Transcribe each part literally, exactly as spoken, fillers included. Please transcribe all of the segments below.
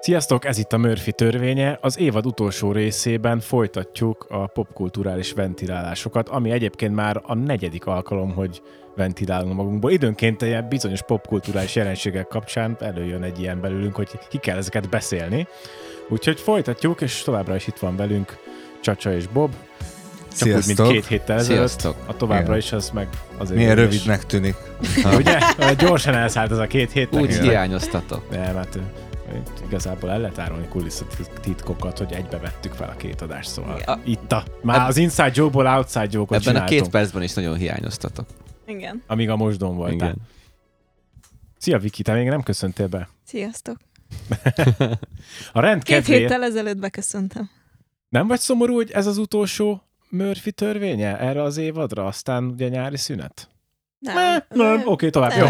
Sziasztok, ez itt a Murphy törvénye. Az évad utolsó részében folytatjuk a popkulturális ventilálásokat, ami egyébként már a negyedik alkalom, hogy ventilálunk magunkból. Időnként egy bizonyos popkulturális jelenségek kapcsán előjön egy ilyen belőlünk, hogy ki kell ezeket beszélni. Úgyhogy folytatjuk, és továbbra is itt van velünk Csacsa és Bob. Csak Sziasztok. úgy, mint két héttel ezelőtt. Sziasztok. A továbbra Igen. is az meg azért... Milyen is- rövidnek tűnik. Ugye? Gyorsan elszállt ez a két hét. Úgy nekünk. hiányoztatok. Nem, hát igazából el lehet árulni kulisszatitkokat, hogy egybe vettük fel a két adást, szóval Igen. itt a... Már az Inside Joke-ból Outside Joke-ot Ebben a csináltunk, két percben is nagyon hiányoztatok. Igen. amíg a mosdón voltál. Igen. Szia Viki, te még nem köszöntél be. Sziasztok. A rend Két kedvéért héttel ezelőtt beköszöntem. nem vagy szomorú, hogy ez az utolsó Murphy törvénye erre az évadra, aztán ugye nyári szünet? Nem. Nem, oké, tovább, jó.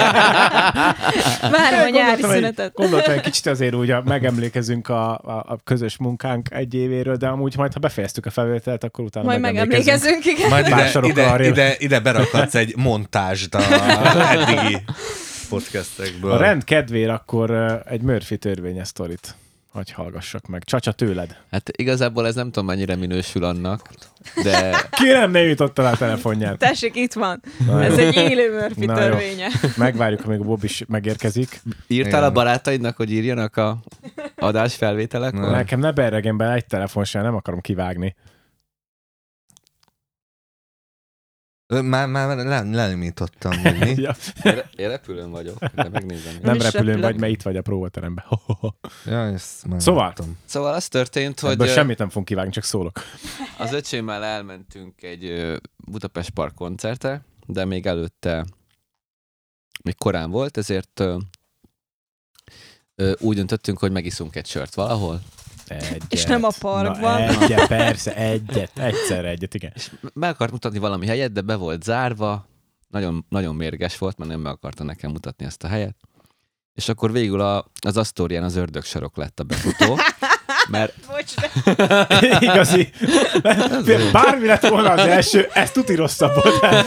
Várom a nyári Gondoltam, egy- szünetet. Gondoltam, egy kicsit azért úgy a- megemlékezünk a, a, a közös munkánk egy évéről, de amúgy majd, ha befejeztük a felvételt, akkor utána Majd megemlékezünk. megemlékezünk, igen. Majd Pár ide, sorokkal ide, arrébb. ide, ide berakadsz egy montást a eddigi podcastekből. A rend kedvéért akkor ö, egy Murphy törvénye sztorit hagy hallgassak meg. Csacsa, tőled. Hát igazából ez nem tudom mennyire minősül annak, de Kérem, ne jutott el a telefonját. Tessék, itt van. Na Ez jó. egy élő Murphy Na jó. törvénye. Megvárjuk, amíg a Bob is megérkezik. írtál Igen. a barátaidnak, hogy írjanak a adás felvételekor? Nem. Nekem ne berregjen be egy telefon sem, nem akarom kivágni. Már, már le, lelimítottam, hogy mi? Ja, Én, én repülőn vagyok, de megnézem. nem is repülőn repülök. vagy, mert itt vagy a próbateremben. Ja, ezt már Szóval. láttam. Szóval az történt, Ebből hogy ö, semmit nem fogunk kivágni, csak szólok. az öcsémmel elmentünk egy ö, Budapest Park koncertre, de még előtte még korán volt, ezért ö, ö, úgy döntöttünk, hogy megiszunk egy sört valahol. Egyet. És nem a parkban. Na, egyet, persze, egyet. Egyszerre egyet, igen. Meg akart mutatni valami helyet, de be volt zárva. Nagyon, nagyon mérges volt, mert nem meg akarta nekem mutatni ezt a helyet. És akkor végül a, az Asztórián az ördögsarok lett a befutó. Mert Bocs, de Igazi. Bármi lett volna az első, ez tuti rosszabb volt.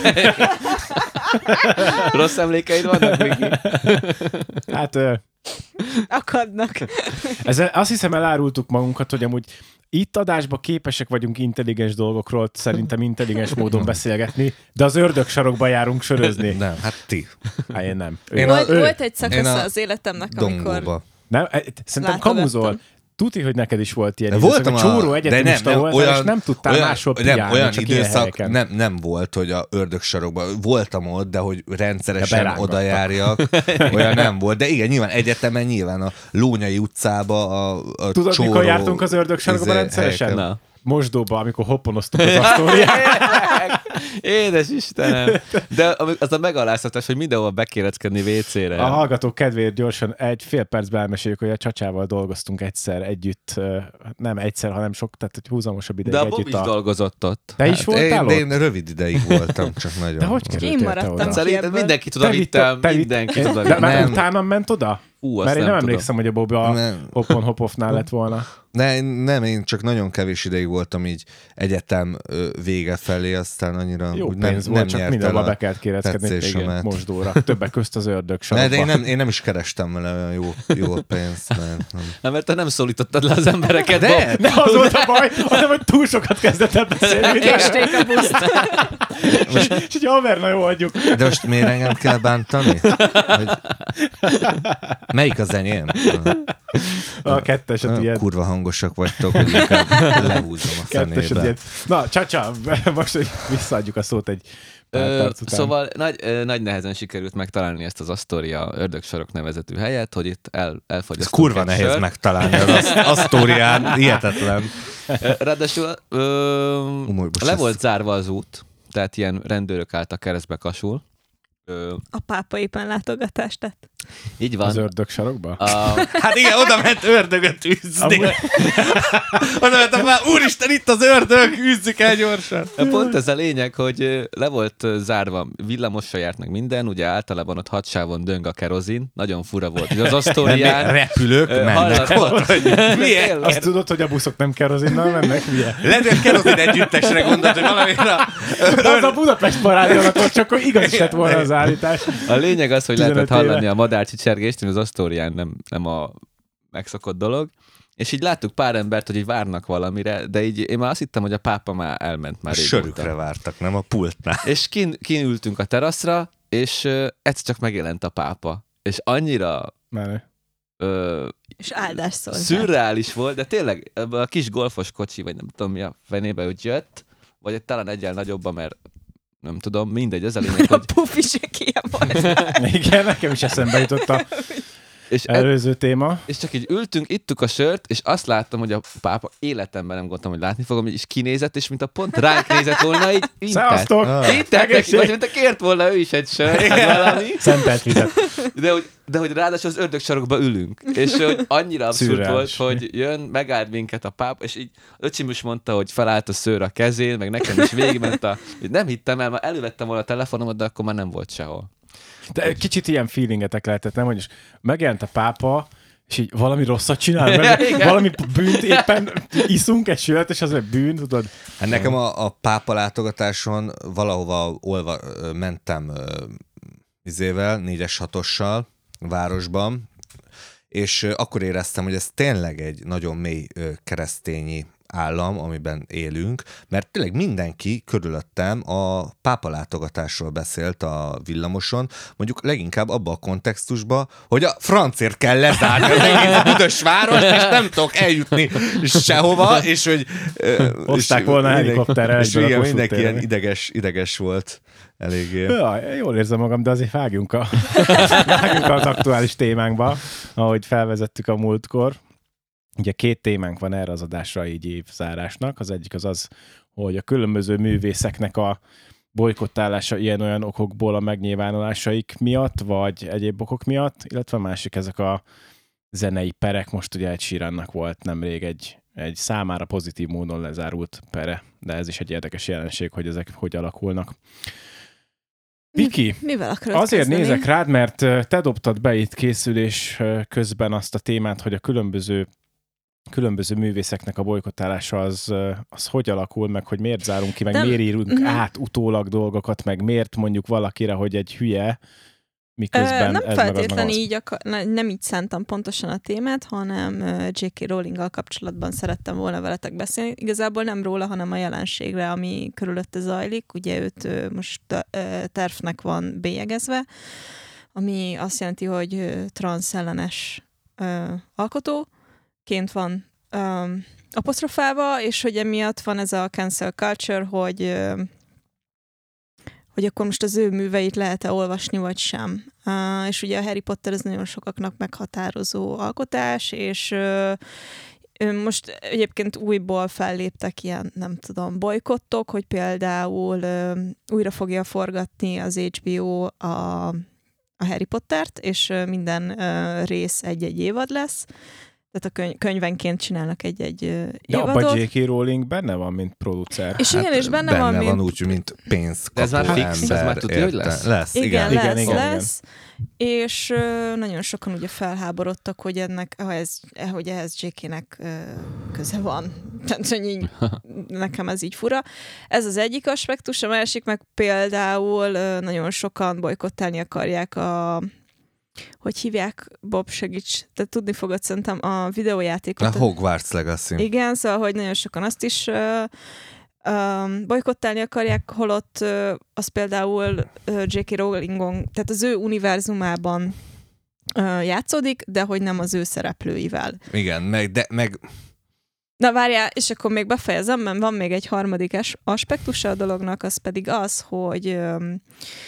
rossz emlékeid vannak, Viki? Hát ö, akadnak. ezzel azt hiszem elárultuk magunkat, hogy amúgy itt adásban képesek vagyunk intelligens dolgokról szerintem intelligens módon beszélgetni, de az ördög sarokba járunk sörözni. Nem, hát ti. Hát én nem. Én Ő- a- Volt, ő- volt egy én szakasz a az életemnek, amikor... Dongóba. Nem, e- szerintem Látogattam. kamuzol. Tuti, hogy neked is volt ilyen De időszak. voltam A a- csóró de egyetemista nem, nem, voltál, olyan- és nem tudtál olyan, máshol nem, piálni, olyan csak ilyen időszak helyeken. nem, nem volt, hogy a ördögsarokban voltam ott, de hogy De rendszeresen berángattak. oda járjak, olyan nem volt. De igen, nyilván egyetemen, nyilván a Lónyai utcába a, a Tudod, csóró, mikor jártunk az ördög sarokba izé, rendszeresen? helyeken. Na. Mosdóba, amikor hopponoztuk az Asztóriát. Édes Istenem! De ami- az a megaláztatás, hogy mindenhol be kéreckedni vécére. A hallgatók kedvéért gyorsan egy fél percben elmeséljük, hogy a Csacsával dolgoztunk egyszer együtt, ö, nem egyszer, hanem sok, tehát egy húzamosabb ideig De a együtt. Bob is dolgozott ott. Te is Hát voltál én, ott? de én rövid ideig voltam, csak nagyon. De hogy Én kerültél maradtam te oda? ki. Szerintem ebből. mindenkit oda Te vittem, vitt- te vitt- mindenkit oda De vittem. már Nem. utána ment oda? Ú, azt Mert én nem, tudom. emlékszem, hogy a Bob a Nem. Hoppon Hopoffnál lett volna. Ne, nem, én csak nagyon kevés ideig voltam így egyetem ö, vége felé, aztán annyira Jó úgy pénz nem, volt, nem csak nyert mindenhol el be a... kellett kéreckedni tetszésemet. Mosdóra. Többek közt az ördög Ne, sarokba. de én nem, én nem is kerestem vele olyan jó, jó pénzt, mert nem. Nem, mert te nem szólítottad le az embereket, De! Bob. Ne az volt a baj, hanem hogy túl sokat kezdett el beszélni. Késték a buszt. És és így haver, na jó, adjuk. De most miért engem kell bántani? Hogy... Melyik az enyém? A ketteset Olyan ilyen. kurva hangosak vagytok, hogy inkább lehúzom a Ketteset fenébe. ilyen. Na, Csacsa, most hogy visszaadjuk a szót egy pár Ö, perc után. szóval nagy, ö, nagy nehezen sikerült megtalálni ezt az Asztória ördögsarok nevezetű helyet, hogy itt el, Ez elfogyasztunk kurva egy nehéz sört. megtalálni az Ast- Asztórián, hihetetlen. Ö, Ráadásul ö, Umoly, bocs, le ezt- volt zárva az út, tehát ilyen rendőrök álltak keresztbe kasul. Ö, A pápa éppen látogatást tett. így Az van. ördög sarokba? A, Hát igen, oda ment ördögöt űzni. Amúgy- Oda mentem már, úristen, itt az ördög, űzzük el gyorsan. pont ez a lényeg, hogy ö, le volt ö, zárva, villamossal járt meg minden, ugye általában ott hat sávon döng a kerozin, nagyon fura volt. Ugye az Asztórián... Repülők Ö, mennek hallott- ott, hogy milyen? Tényleg. Azt tudod, hogy a buszok nem kerozinnal mennek? Ugye? Lehet, hogy kerozin együttesre gondolt, hogy valamire... De az a Budapest parádi alatt volt, csak akkor igaz is lett volna az állítás. A lényeg az, hogy tizenöt lehetett hallani éve. a madárcsicsergést, én az Asztórián nem, nem a megszokott dolog, és így láttuk pár embert, hogy így várnak valamire, de így én már azt hittem, hogy a pápa már elment már régóta. Sörükre vártak, nem a pultnál. És kin, kin ültünk a teraszra, és uh, egyszer csak megjelent a pápa. És annyira Menő. uh, És áldás szólt. szürreális volt, de tényleg ebben a kis golfos kocsi, vagy nem tudom mi a fenébe, hogy jött, vagy talán egyel nagyobban, mert nem tudom, mindegy, ez a lényeg, A hogy... pufi se kie volt. Igen, nekem is eszembe jutott a És, e- előző téma. és csak így ültünk, ittuk a sört, és azt láttam, hogy a pápa életemben nem gondoltam, hogy látni fogom, és kinézett, és mint a pont ránk nézett volna, így intett. Szevasztok! Ah. Intett neki, Egészség! vagy mint a kért volna ő is egy sört, vagy valami. Szentelt vizet. De hogy, de hogy ráadásul az ördögsarokba ülünk. És hogy annyira abszurd Szürreális. volt, hogy jön, megállt minket a pápa, és így öcsim is mondta, hogy felállt a szőr a kezén, meg nekem is végigment a... Nem hittem el, már elővettem volna a telefonomat, de akkor már nem volt sehol. De kicsit ilyen feelingetek lehetett, nem? Hogy is megjelent a pápa, és így valami rosszat csinál, mert Igen. valami bűnt éppen iszunk egy sört, és az egy bűn, tudod? Hát nekem a, a pápa látogatáson valahova olva, ö, mentem ö, izével, négyes hatossal városban, és ö, akkor éreztem, hogy ez tényleg egy nagyon mély ö, keresztényi állam, amiben élünk, mert tényleg mindenki körülöttem a pápa látogatásról beszélt a villamoson, mondjuk leginkább abba a kontextusba, hogy a francért kell lezárni az egész büdös várost, és nem tudok eljutni sehova, és hogy... Hozták volna helikopterrel És egyből a igen, Kossuth mindenki térre. ilyen ideges, ideges volt eléggé. Ja, jól érzem magam, de azért vágjunk, a, vágjunk az aktuális témánkba, ahogy felvezettük a múltkor. Ugye két témánk van erre az adásra így évzárásnak. Az egyik az az, hogy a különböző művészeknek a bolykottálása ilyen-olyan okokból a megnyilvánulásaik miatt, vagy egyéb okok miatt, illetve a másik ezek a zenei perek. Most ugye egy Sheerannak volt nemrég egy, egy számára pozitív módon lezárult pere, de ez is egy érdekes jelenség, hogy ezek hogy alakulnak. Viki, Mivel akarod azért kezdeni? nézek rád, mert te dobtad be itt készülés közben azt a témát, hogy a különböző különböző művészeknek a bolykottálása az, az hogy alakul, meg hogy miért zárunk ki, meg Nem. miért írunk Mhm. át utólag dolgokat, meg miért mondjuk valakire, hogy egy hülye, miközben Ö, nem ez meg az meg feltétlenül az. így, akar, ne- nem így szántam pontosan a témát, hanem ö, dzsé ká. Rowlinggal kapcsolatban szerettem volna veletek beszélni. Igazából nem róla, hanem a jelenségre, ami körülötte zajlik. Ugye őt ö, most ö, tervnek van bélyegezve, ami azt jelenti, hogy ö, transzellenes ö, alkotóként van ö, apostrofálva, és hogy emiatt van ez a cancel culture, hogy ö, hogy akkor most az ő műveit lehet-e olvasni, vagy sem. Uh, és ugye a Harry Potter ez nagyon sokaknak meghatározó alkotás, és uh, most egyébként újból felléptek ilyen, nem tudom, bolykottok, hogy például uh, újra fogja forgatni az há bé o a, a Harry Pottert, és uh, minden uh, rész egy-egy évad lesz. Tehát a könyv, könyvenként csinálnak egy-egy uh, De évadot. abban dzsé ká. Rowling benne van, mint producer. És igen, és benne, benne van, mint... van úgy, mint pénzkapó De ez már fix, ember. ez már tudja, hogy érte. lesz? Lesz, Igen, igen. Igen, lesz, igen, lesz. És ö, nagyon sokan ugye felháborodtak, hogy ennek, ha ez, hogy ehhez dzsé ká-nek ö, köze van. Tehát, hogy így, nekem ez így fura. Ez az egyik aspektus, a másik meg például ö, nagyon sokan bolykottálni akarják a hogy hívják, Bob, segíts, te tudni fogod szerintem a videójátékot. A Hogwarts Legacy. Igen, szóval, hogy nagyon sokan azt is uh, um, bolykottálni akarják, holott uh, az például uh, dzsé ká. Rowlingon, tehát az ő univerzumában uh, játszódik, de hogy nem az ő szereplőivel. Igen, meg, de, meg Na várjál, és akkor még befejezem, mert van még egy harmadik es- aspektusa a dolognak, az pedig az, hogy um,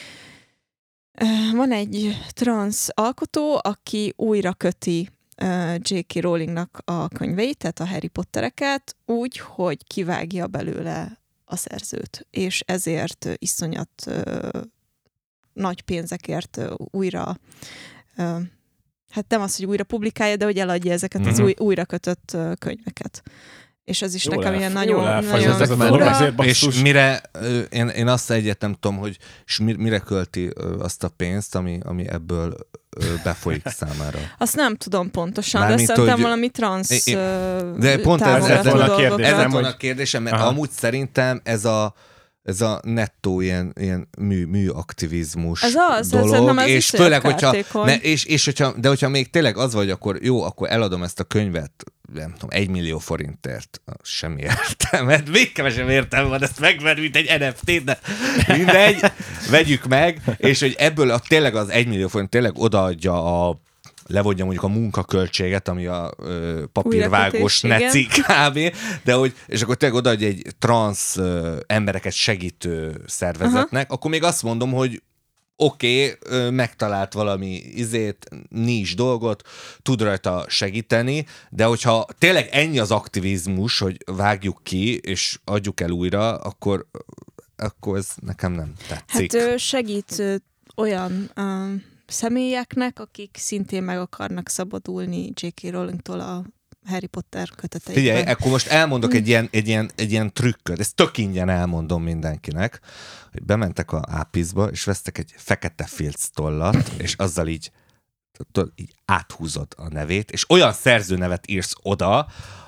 van egy transz alkotó, aki újra köti uh, dzsé ká. Rowlingnak a könyveit, tehát a Harry Pottereket, úgy, hogy kivágja belőle a szerzőt, és ezért uh, iszonyat uh, nagy pénzekért uh, újra, uh, hát nem az, hogy újra publikálja, de hogy eladja ezeket mm-hmm. az új, újra kötött uh, könyveket. És ez is Jól nekem elf- ilyen jól nagyon, elfajzott nagyon ez a dolog, fura. ezért és basszus. mire, ö, én, én azt egyet nem tudom, hogy és mi- mire költi ö, azt a pénzt, ami, ami ebből ö, befolyik számára. Azt nem tudom pontosan, Mármint, de szerintem hogy- valami transz Én- ö, de pont ez támogató lett volna a dolgokra. kérdés, Ez nem, lett volna hogy- a kérdésem, mert Aha. amúgy szerintem ez a ez a nettó ilyen, ilyen mű, műaktivizmus ez az, dolog, ez és főleg, hogyha, ne, és, és hogyha, de hogyha még tényleg az vagy, akkor jó, akkor eladom ezt a könyvet, nem tudom, egy millió forintért, semmi értelmet, még kevesebb értelme van ezt megvenni, mint egy en ef té, de mindegy, vegyük meg, és hogy ebből a, tényleg az egy millió forint tényleg odaadja a levonja mondjuk a munkaköltséget, ami a ö, papírvágós neci kb. De hogy, és akkor tényleg odaadja egy transz ö, embereket segítő szervezetnek, aha, akkor még azt mondom, hogy oké, okay, megtalált valami izét, nincs dolgot, tud rajta segíteni, de hogyha tényleg ennyi az aktivizmus, hogy vágjuk ki, és adjuk el újra, akkor, akkor ez nekem nem tetszik. Hát segít olyan uh, személyeknek, akik szintén meg akarnak szabadulni dzsé ká. Rowlingtól a Harry Potter köteteikben. Figyelj, akkor most elmondok mm. egy, ilyen, egy, ilyen, egy ilyen trükköt, ezt tök ingyen elmondom mindenkinek, hogy bementek a Ápizba, és vesztek egy fekete filc tollat, és azzal így, így áthúzod a nevét, és olyan szerzőnevet írsz oda,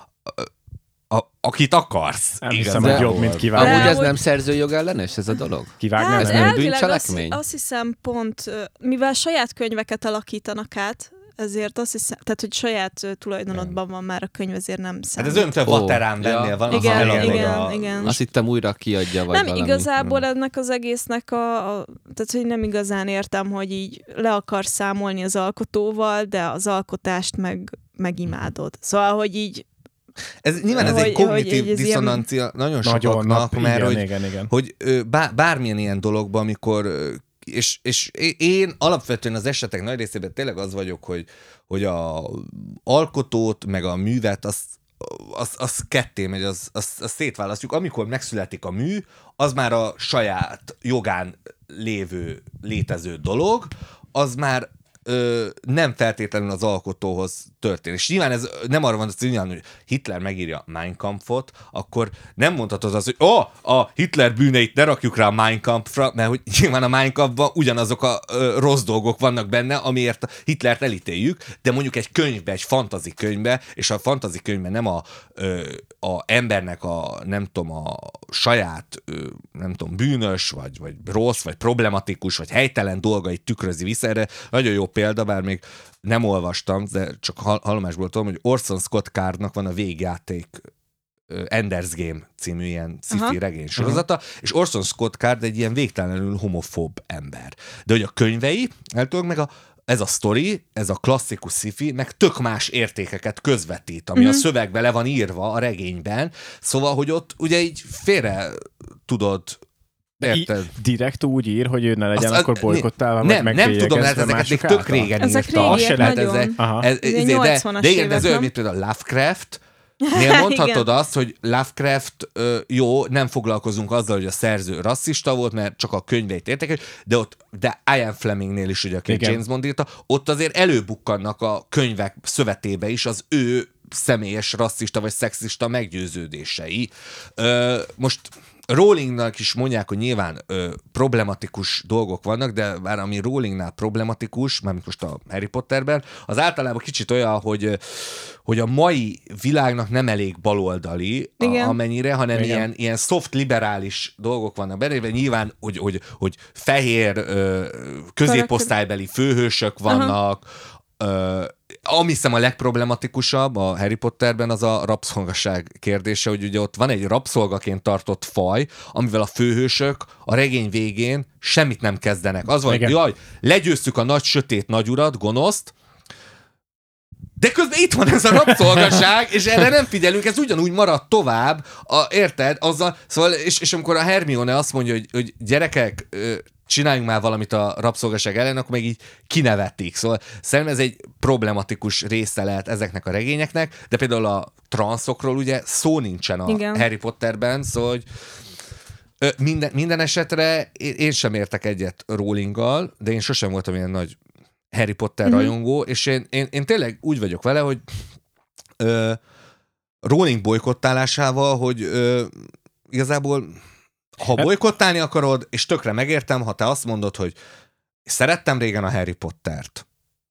a, akit akarsz. Nem hiszem, hogy jobb, mint kivágni. Amúgy ez nem szerzőjogellenes, ez a dolog? Kivágni hát, ez nem bűncselekmény? Azt, azt hiszem pont, mivel saját könyveket alakítanak át, ezért azt hiszem, tehát, hogy saját tulajdonodban van már a könyv, ezért nem számít. Hát ez öntől vaterán bennél ja. van. Igen, igen, igen, igen. Azt hittem újra kiadja, vagy nem, valami. igazából ennek az egésznek a, a, tehát, hogy nem igazán értem, hogy így le akarsz számolni az alkotóval, de az alkotást meg, megimádod. Szóval, hogy így Ez, nyilván ez hogy, egy kognitív ez diszonancia ilyen... nagyon sokaknak, nagyon, mert igen, hogy, igen, igen. hogy bár, bármilyen ilyen dologban, amikor és, és én alapvetően az esetek nagy részében tényleg az vagyok, hogy, hogy a alkotót, meg a művet, az, az, az ketté megy, az, az, az szétválasztjuk. Amikor megszületik a mű, az már a saját jogán lévő, létező dolog, az már Ö, nem feltétlenül az alkotóhoz történik. És nyilván ez nem arra van, hogy Hitler megírja Mein Kampfot, akkor nem mondhatod az, hogy ó, oh, a Hitler bűneit ne rakjuk rá a Mein Kampfra, mert hogy nyilván a Mein Kampfban ugyanazok a ö, rossz dolgok vannak benne, amiért Hitlert elítéljük, de mondjuk egy könyvbe, egy fantasy könyvbe, és a fantasy könyvben nem a, ö, a embernek a, nem tudom, a saját, ö, nem tudom, bűnös, vagy, vagy rossz, vagy problematikus, vagy helytelen dolgait tükrözi vissza, erre nagyon jó példa, bár még nem olvastam, de csak hallomásból tudom, hogy Orson Scott Cardnak van a végjáték Ender's Game című ilyen sci-fi regény sorozata, uh-huh. és Orson Scott Card egy ilyen végtelenül homofób ember. De hogy a könyvei, eltudok meg a ez a sztori, ez a klasszikus sci-fi, meg tök más értékeket közvetít, ami mm. a szövegben le van írva a regényben, szóval, hogy ott ugye így félre tudod érted? Direkt úgy ír, hogy ő ne legyen azt, akkor bolykottálva, nem, vagy nem tudom, mert ezeket még tök régen ezek írta. Ezek régiek nagyon. Ez, ez, ez, de, de igen, ez olyan, mint például Lovecraft, nél mondhatod azt, hogy Lovecraft, ö, jó, nem foglalkozunk azzal, hogy a szerző rasszista volt, mert csak a könyveit értek, de ott, de Ian Flemingnél is, ugye, aki James Bond írta, ott azért előbukkannak a könyvek szövetébe is az ő személyes rasszista vagy szexista meggyőződései. Ö, most Rowlingnak is mondják, hogy nyilván ö, problematikus dolgok vannak, de bár ami Rowlingnál problematikus, mármint most a Harry Potterben, az általában kicsit olyan, hogy, hogy a mai világnak nem elég baloldali, a, amennyire, hanem ilyen, ilyen soft liberális dolgok vannak benne, nyilván, hogy, hogy, hogy fehér ö, középosztálybeli főhősök vannak, ö, ami hiszem a legproblematikusabb a Harry Potterben az a rabszolgaság kérdése, hogy ugye ott van egy rabszolgaként tartott faj, amivel a főhősök a regény végén semmit nem kezdenek. Az van, hogy jaj, legyőztük a nagy sötét nagyurat, gonoszt, de közben itt van ez a rabszolgaság, és erre nem figyelünk, ez ugyanúgy marad tovább, a, érted? Azzal, szóval, és, és amikor a Hermione azt mondja, hogy, hogy gyerekek, csináljunk már valamit a rabszolgaság ellen, akkor meg így kinevetik. Szóval szerintem ez egy problematikus része lehet ezeknek a regényeknek, de például a transzokról ugye szó nincsen a Igen. Harry Potterben, szóval hogy minden, minden esetre én sem értek egyet Rowlinggal, de én sosem voltam ilyen nagy Harry Potter mm-hmm. rajongó, és én, én, én tényleg úgy vagyok vele, hogy ö, Rowling bolykottálásával, hogy ö, igazából ha bolykottálni akarod, és tökre megértem, ha te azt mondod, hogy szerettem régen a Harry Pottert,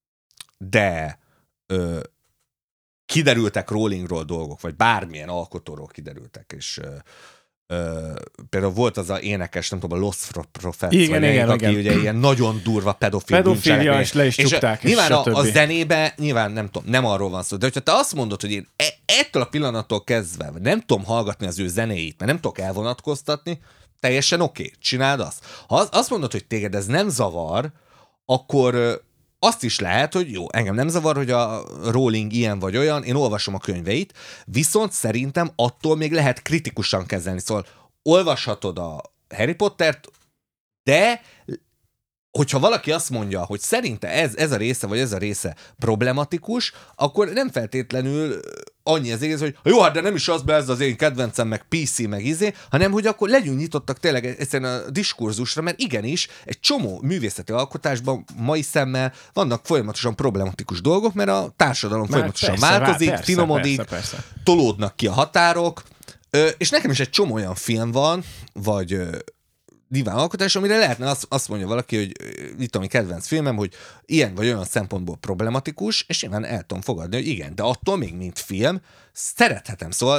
de ö, kiderültek Rowlingról dolgok, vagy bármilyen alkotóról kiderültek, és ö, Ö, például volt az a énekes, nem tudom, a Lost Prophets, igen, vagy igen, aki igen. ugye ilyen nagyon durva pedofil Pedofília, és le is csukták, és nyilván a, a stb. zenébe, nyilván nem tudom, nem arról van szó, de hogyha te azt mondod, hogy én e- ettől a pillanattól kezdve nem tudom hallgatni az ő zenéit, mert nem tudok elvonatkoztatni, teljesen oké, okay, csináld azt. Ha az, azt mondod, hogy téged ez nem zavar, akkor azt is lehet, hogy jó, engem nem zavar, hogy a Rowling ilyen vagy olyan, én olvasom a könyveit, viszont szerintem attól még lehet kritikusan kezelni. Szóval olvashatod a Harry Pottert, de hogyha valaki azt mondja, hogy szerinte ez, ez a része, vagy ez a része problematikus, akkor nem feltétlenül annyi az egész, hogy jó, hát de nem is az be, ez az én kedvencem, meg pé cé, meg izé, hanem hogy akkor legyünk nyitottak tényleg egyszerűen a diskurzusra, mert igenis egy csomó művészeti alkotásban mai szemmel vannak folyamatosan problematikus dolgok, mert a társadalom már folyamatosan persze, változik, persze, finomodik, persze, persze. tolódnak ki a határok, és nekem is egy csomó olyan film van, vagy diván alkotás, amire lehetne azt, azt mondja valaki, hogy itt a mi kedvenc filmem, hogy ilyen vagy olyan szempontból problematikus, és nyilván el tudom fogadni, hogy igen, de attól még, mint film, szerethetem. Szóval,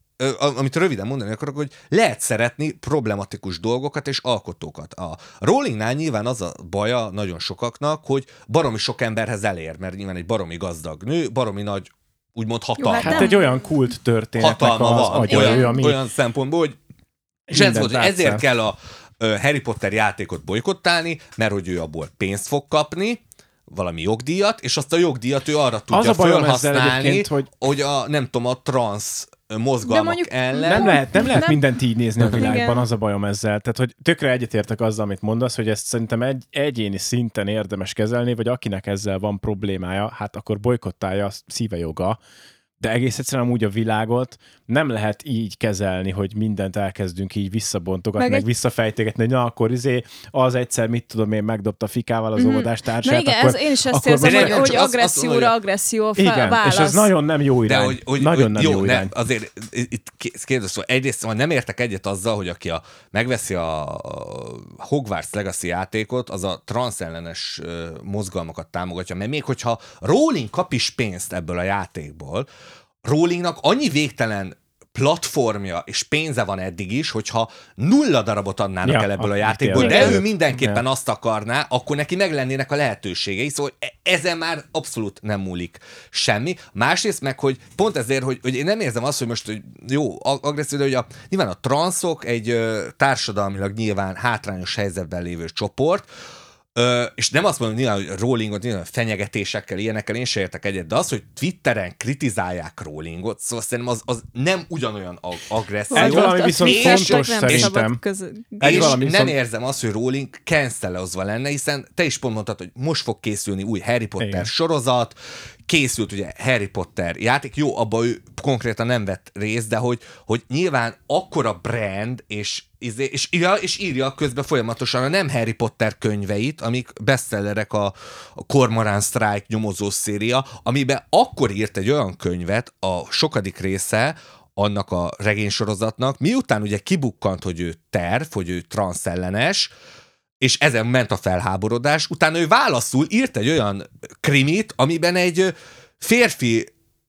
amit röviden mondani akarok, hogy lehet szeretni problematikus dolgokat és alkotókat. A Rowlingnál nyilván az a baja nagyon sokaknak, hogy baromi sok emberhez elér, mert nyilván egy baromi gazdag nő, baromi nagy, úgymond hatalma. Jó, hát, hát egy olyan kult történetnek hatalma az van, agya, olyan, ami... olyan szempontból, hogy és ez volt, hogy ezért kell a Harry Potter játékot bolykottálni, mert hogy ő abból pénzt fog kapni, valami jogdíjat, és azt a jogdíjat ő arra tudja felhasználni, hogy... hogy a, nem tudom, a transz mozgalmak ellen. Nem lehet, nem lehet nem. mindent így nézni a világban, Igen. az a bajom ezzel. Tehát, hogy tökre egyetértek azzal, amit mondasz, hogy ezt szerintem egy, egyéni szinten érdemes kezelni, vagy akinek ezzel van problémája, hát akkor bolykottálja, szíve joga. De egész egyszerűen amúgy a világot nem lehet így kezelni, hogy mindent elkezdünk így visszabontogatni, meg, meg egy... visszafejtégetni, hogy na akkor izé, az egyszer, mit tudom én, megdobta fikával az mm. óvodástársát. Na igen, akkor, ez, én is ezt akkor érzem, hogy, az, hogy az, agresszióra az, agresszió igen, válasz. és ez nagyon nem jó irány. De hogy, hogy, nagyon hogy, nem jó, jó irány. Ne, azért itt kérdez, hogy egyrészt nem értek egyet azzal, hogy aki a, megveszi a Hogwarts Legacy játékot, az a transzellenes mozgalmakat támogatja, mert még hogyha Rowling kap is pénzt ebből a játékból, Rowlingnak annyi végtelen platformja és pénze van eddig is, hogyha nulla darabot adnának ja, el ebből a játékból, de ő mindenképpen ja. azt akarná, akkor neki meg lennének a lehetőségei, szóval ezen már abszolút nem múlik semmi. Másrészt meg, hogy pont ezért, hogy, hogy én nem érzem azt, hogy most hogy jó, agresszió, de hogy a, nyilván a transzok egy ö, társadalmilag nyilván hátrányos helyzetben lévő csoport, Ö, és nem azt mondom, nyilván, hogy Rowlingot nyilván fenyegetésekkel, ilyenekkel én se értek egyet, de az, hogy Twitteren kritizálják Rowlingot, szóval szerintem az, az nem ugyanolyan agresszió. Egy valami viszont fontos szerintem. És nem viszont... érzem azt, hogy Rowling cancelozva lenne, hiszen te is pont mondtad, hogy most fog készülni új Harry Potter igen. sorozat, készült ugye Harry Potter játék, jó, abban ő konkrétan nem vett részt, de hogy, hogy nyilván akkora brand, és, és, írja, és írja közben folyamatosan a nem Harry Potter könyveit, amik bestsellerek a, a Cormoran Strike nyomozó széria, amiben akkor írt egy olyan könyvet, a sokadik része annak a regénysorozatnak, miután ugye kibukkant, hogy ő terv, hogy ő transzellenes, és ezen ment a felháborodás, utána ő válaszul írt egy olyan krimit, amiben egy férfi,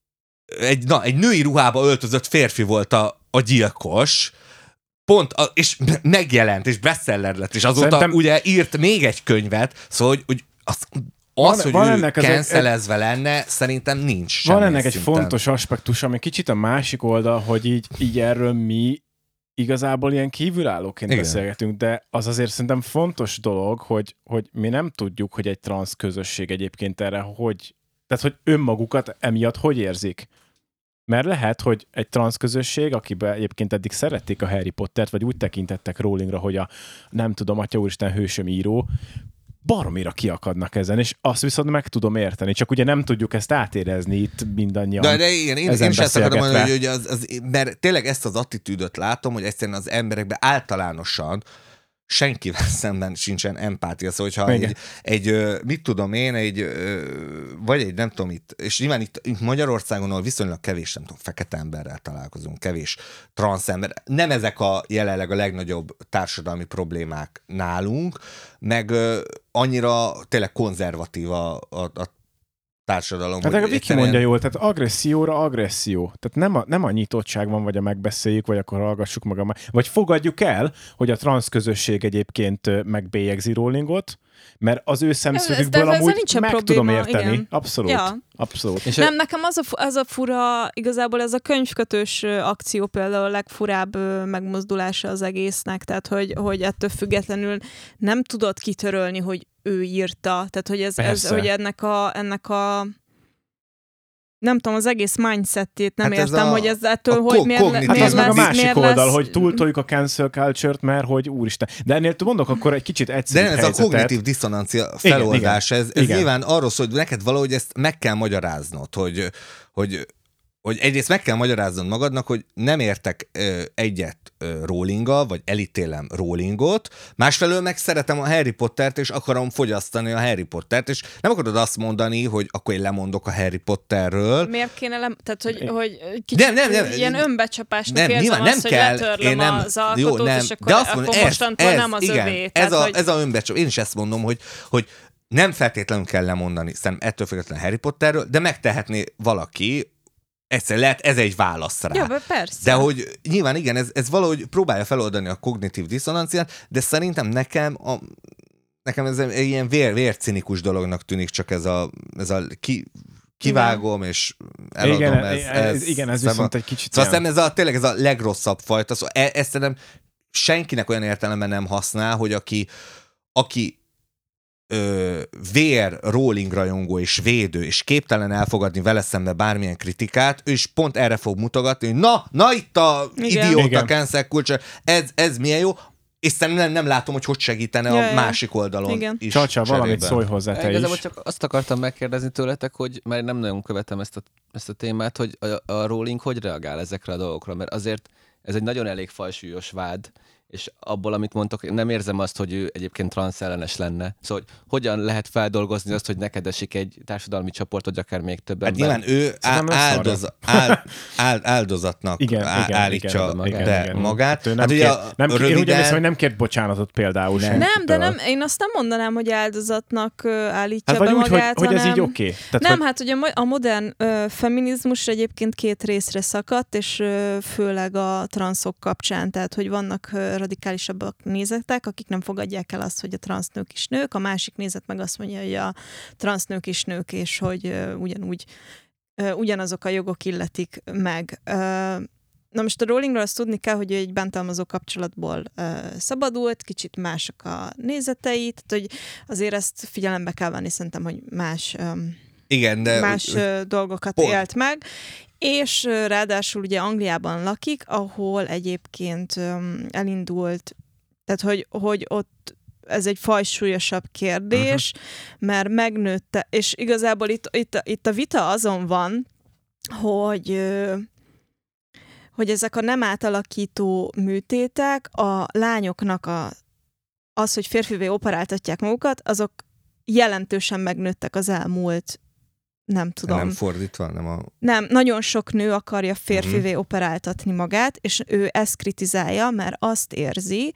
egy, na, egy női ruhába öltözött férfi volt a, a gyilkos, pont, a, és megjelent, és bestseller lett, és azóta Szerintem... ugye írt még egy könyvet, szóval, hogy, hogy az, az, van, hogy van ő cancelezve lenne, szerintem nincs. Van ennek egy szinten. fontos aspektus, ami kicsit a másik oldal, hogy így, így erről mi igazából ilyen kívülállóként Igen. beszélgetünk, de az azért szerintem fontos dolog, hogy, hogy mi nem tudjuk, hogy egy transz közösség egyébként erre hogy, tehát hogy önmagukat emiatt hogy érzik. Mert lehet, hogy egy transz közösség, akiben egyébként eddig szerették a Harry Pottert, vagy úgy tekintettek Rowlingra, hogy a nem tudom, Atya Úristen hősöm író, baromira kiakadnak ezen, és azt viszont meg tudom érteni, csak ugye nem tudjuk ezt átérezni itt mindannyian. De, de igen, én, én is ezt akarom mondani, hogy az, az, mert tényleg ezt az attitűdöt látom, hogy egyszerűen az emberekben általánosan senkivel szemben sincsen empátia, szóval hogyha egy, egy, mit tudom én, egy, vagy egy nem tudom itt, és nyilván itt, itt Magyarországon, ahol viszonylag kevés, nem tudom, fekete emberrel találkozunk, kevés transz ember, nem ezek a jelenleg a legnagyobb társadalmi problémák nálunk, meg annyira tényleg konzervatív a, a, a társadalom. Hát a Viki egyszerűen... mondja jól, tehát agresszióra agresszió. Tehát nem a, nem a nyitottság van, vagy a megbeszéljük, vagy akkor hallgassuk meg a... Vagy fogadjuk el, hogy a transz közösség egyébként megbélyegzi Rowlingot, mert az ő szemszögükből ez, amúgy meg probléma, tudom érteni. Igen. Abszolút. Ja. Abszolút. És nem, nekem az a, az a fura, igazából ez a könyvkötős akció például a legfurább megmozdulása az egésznek, tehát hogy, hogy ettől függetlenül nem tudod kitörölni, hogy ő írta, tehát hogy, ez, ez, hogy ennek a, ennek a nem tudom, az egész mindsetét nem hát értem, a, hogy ez ettől, hogy ko- miért, miért hát lesz, az meg a másik miért oldal, lesz... hogy túltoljuk a cancel culture-t, mert hogy úristen. De ennél mondok akkor egy kicsit egyszerűbb De nem, ez helyzetet. a kognitív diszonancia feloldás, igen, igen. ez, ez igen. nyilván arról szól, hogy neked valahogy ezt meg kell magyaráznod, hogy, hogy, hogy egyrészt meg kell magyaráznod magadnak, hogy nem értek ö, egyet ö, Rowlinggal, vagy elítélem Rowlingot, másfelől meg szeretem a Harry Pottert, és akarom fogyasztani a Harry Pottert, és nem akarod azt mondani, hogy akkor én lemondok a Harry Potterről. Miért kéne lem... Tehát, hogy, hogy kicsit nem, nem, nem, ilyen önbecsapásnak nem, érzem nyilván, azt, nem hogy kell, letörlöm nem, az alkotót, jó, nem, és akkor, de azt akkor mondom, ez, mostantól ez, nem az igen, övé. Ez, Tehát, a, hogy... ez a önbecsapás. Én is ezt mondom, hogy, hogy nem feltétlenül kell lemondani, szerintem ettől függetlenül Harry Potterről, de megtehetné valaki, egyszer lehet, ez egy válasz rá. Ja, persze. De hogy nyilván igen, ez, ez valahogy próbálja feloldani a kognitív diszonanciát, de szerintem nekem a, nekem ez egy ilyen vér, vércinikus dolognak tűnik, csak ez a, ez a ki, kivágom, igen. és eladom. Igen, ez, ez, ez, igen, ez szóval, viszont egy kicsit szóval ez a, tényleg ez a legrosszabb fajta. Szóval e, ezt nem senkinek olyan értelemben nem használ, hogy aki, aki Ö, vér, Rowling rajongó és védő, és képtelen elfogadni vele szembe bármilyen kritikát, ő is pont erre fog mutogatni, hogy na, na itt a igen. idióta igen. cancel culture, ez, ez milyen jó, és szerintem nem, nem látom, hogy hogy segítene ja, a ja. másik oldalon igen. is. Csacsa, valamit cserében. szólj hozzá te Igazából is. csak azt akartam megkérdezni tőletek, hogy mert nem nagyon követem ezt a, ezt a témát, hogy a, a Rowling hogy reagál ezekre a dolgokra, mert azért ez egy nagyon elég fajsúlyos vád, és abból, amit mondtok, nem érzem azt, hogy ő egyébként transzellenes lenne. Szóval, hogy hogyan lehet feldolgozni azt, hogy neked esik egy társadalmi csoport, vagy akár még több Hát ember? nyilván ő áldoz, áld, áld, áldozatnak igen, á, igen, állítsa igen, igen, be igen. magát. Hát hát nem ugye kért, nem, röviden... Én úgy emlékszem, hogy nem kért bocsánatot például nem. senkitől. Nem, de nem, én azt nem mondanám, hogy áldozatnak uh, állítja hát vagy be úgy, magát, hogy, hogy hanem... ez így oké. Okay. Nem, hogy... hát ugye a modern uh, feminizmus egyébként két részre szakadt, és uh, főleg a transzok kapcsán, tehát hogy vannak uh, radikálisabbak nézetek, akik nem fogadják el azt, hogy a transznők is nők, a másik nézet meg azt mondja, hogy a transznők is nők, és hogy uh, ugyanúgy uh, ugyanazok a jogok illetik meg. Uh, Na most a Rowlingról azt tudni kell, hogy ő egy bántalmazó kapcsolatból uh, szabadult, kicsit mások a nézetei, tehát hogy azért ezt figyelembe kell venni, szerintem, hogy más, um, Igen, de... más uh, dolgokat pont. élt meg, és uh, ráadásul ugye Angliában lakik, ahol egyébként um, elindult, tehát hogy, hogy ott ez egy fajsúlyosabb kérdés, uh-huh. mert megnőtte, és igazából itt, itt, itt a vita azon van, hogy... Uh, hogy ezek a nem átalakító műtétek, a lányoknak a, az, hogy férfivé operáltatják magukat, azok jelentősen megnőttek az elmúlt, nem tudom. Nem fordítva, nem a... Nem, nagyon sok nő akarja férfivé uh-huh. operáltatni magát, és ő ezt kritizálja, mert azt érzi,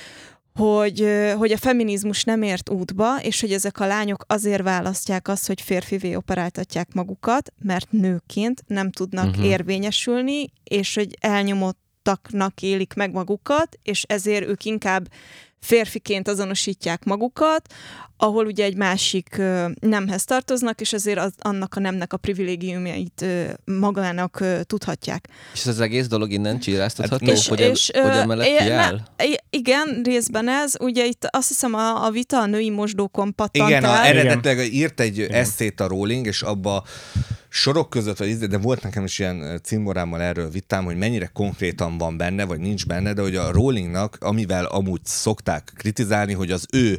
hogy, hogy a feminizmus nem ért útba, és hogy ezek a lányok azért választják azt, hogy férfivé operáltatják magukat, mert nőként nem tudnak uh-huh. érvényesülni, és hogy elnyomottaknak élik meg magukat, és ezért ők inkább férfiként azonosítják magukat, ahol ugye egy másik ö, nemhez tartoznak, és ezért az, annak a nemnek a privilégiumjait ö, magának ö, tudhatják. És ez az egész dolog innen csíráztatható, és, hogy, és, em, hogy emellett kiáll? Igen, részben ez. Ugye itt azt hiszem a, a vita a női mosdókon pattant Igen, el. a, eredetileg írt egy igen. eszét a Rowling, és abba sorok között, vagy, de volt nekem is ilyen cimborámmal erről vitám, hogy mennyire konkrétan van benne, vagy nincs benne, de hogy a Rowlingnak, amivel amúgy szokták kritizálni, hogy az ő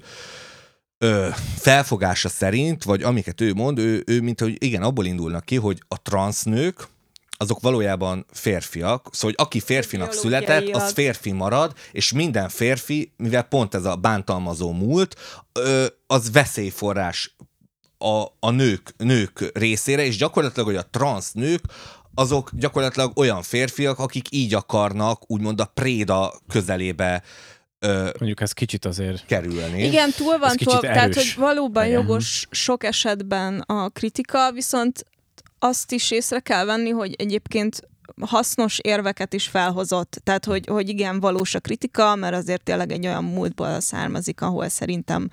ö, felfogása szerint, vagy amiket ő mond, ő, ő mint hogy igen, abból indulnak ki, hogy a transznők, azok valójában férfiak, szóval hogy aki férfinak született, az férfi marad, és minden férfi, mivel pont ez a bántalmazó múlt, ö, az veszélyforrás A, a nők, nők részére, és gyakorlatilag, hogy a transz nők, azok gyakorlatilag olyan férfiak, akik így akarnak, úgymond a préda közelébe ö, mondjuk ez kicsit azért kerülni. Igen, túl van, túl, tehát hogy valóban Igen. jogos sok esetben a kritika, viszont azt is észre kell venni, hogy egyébként hasznos érveket is felhozott. Tehát, hogy, hogy igen, valós a kritika, mert azért tényleg egy olyan múltból származik, ahol szerintem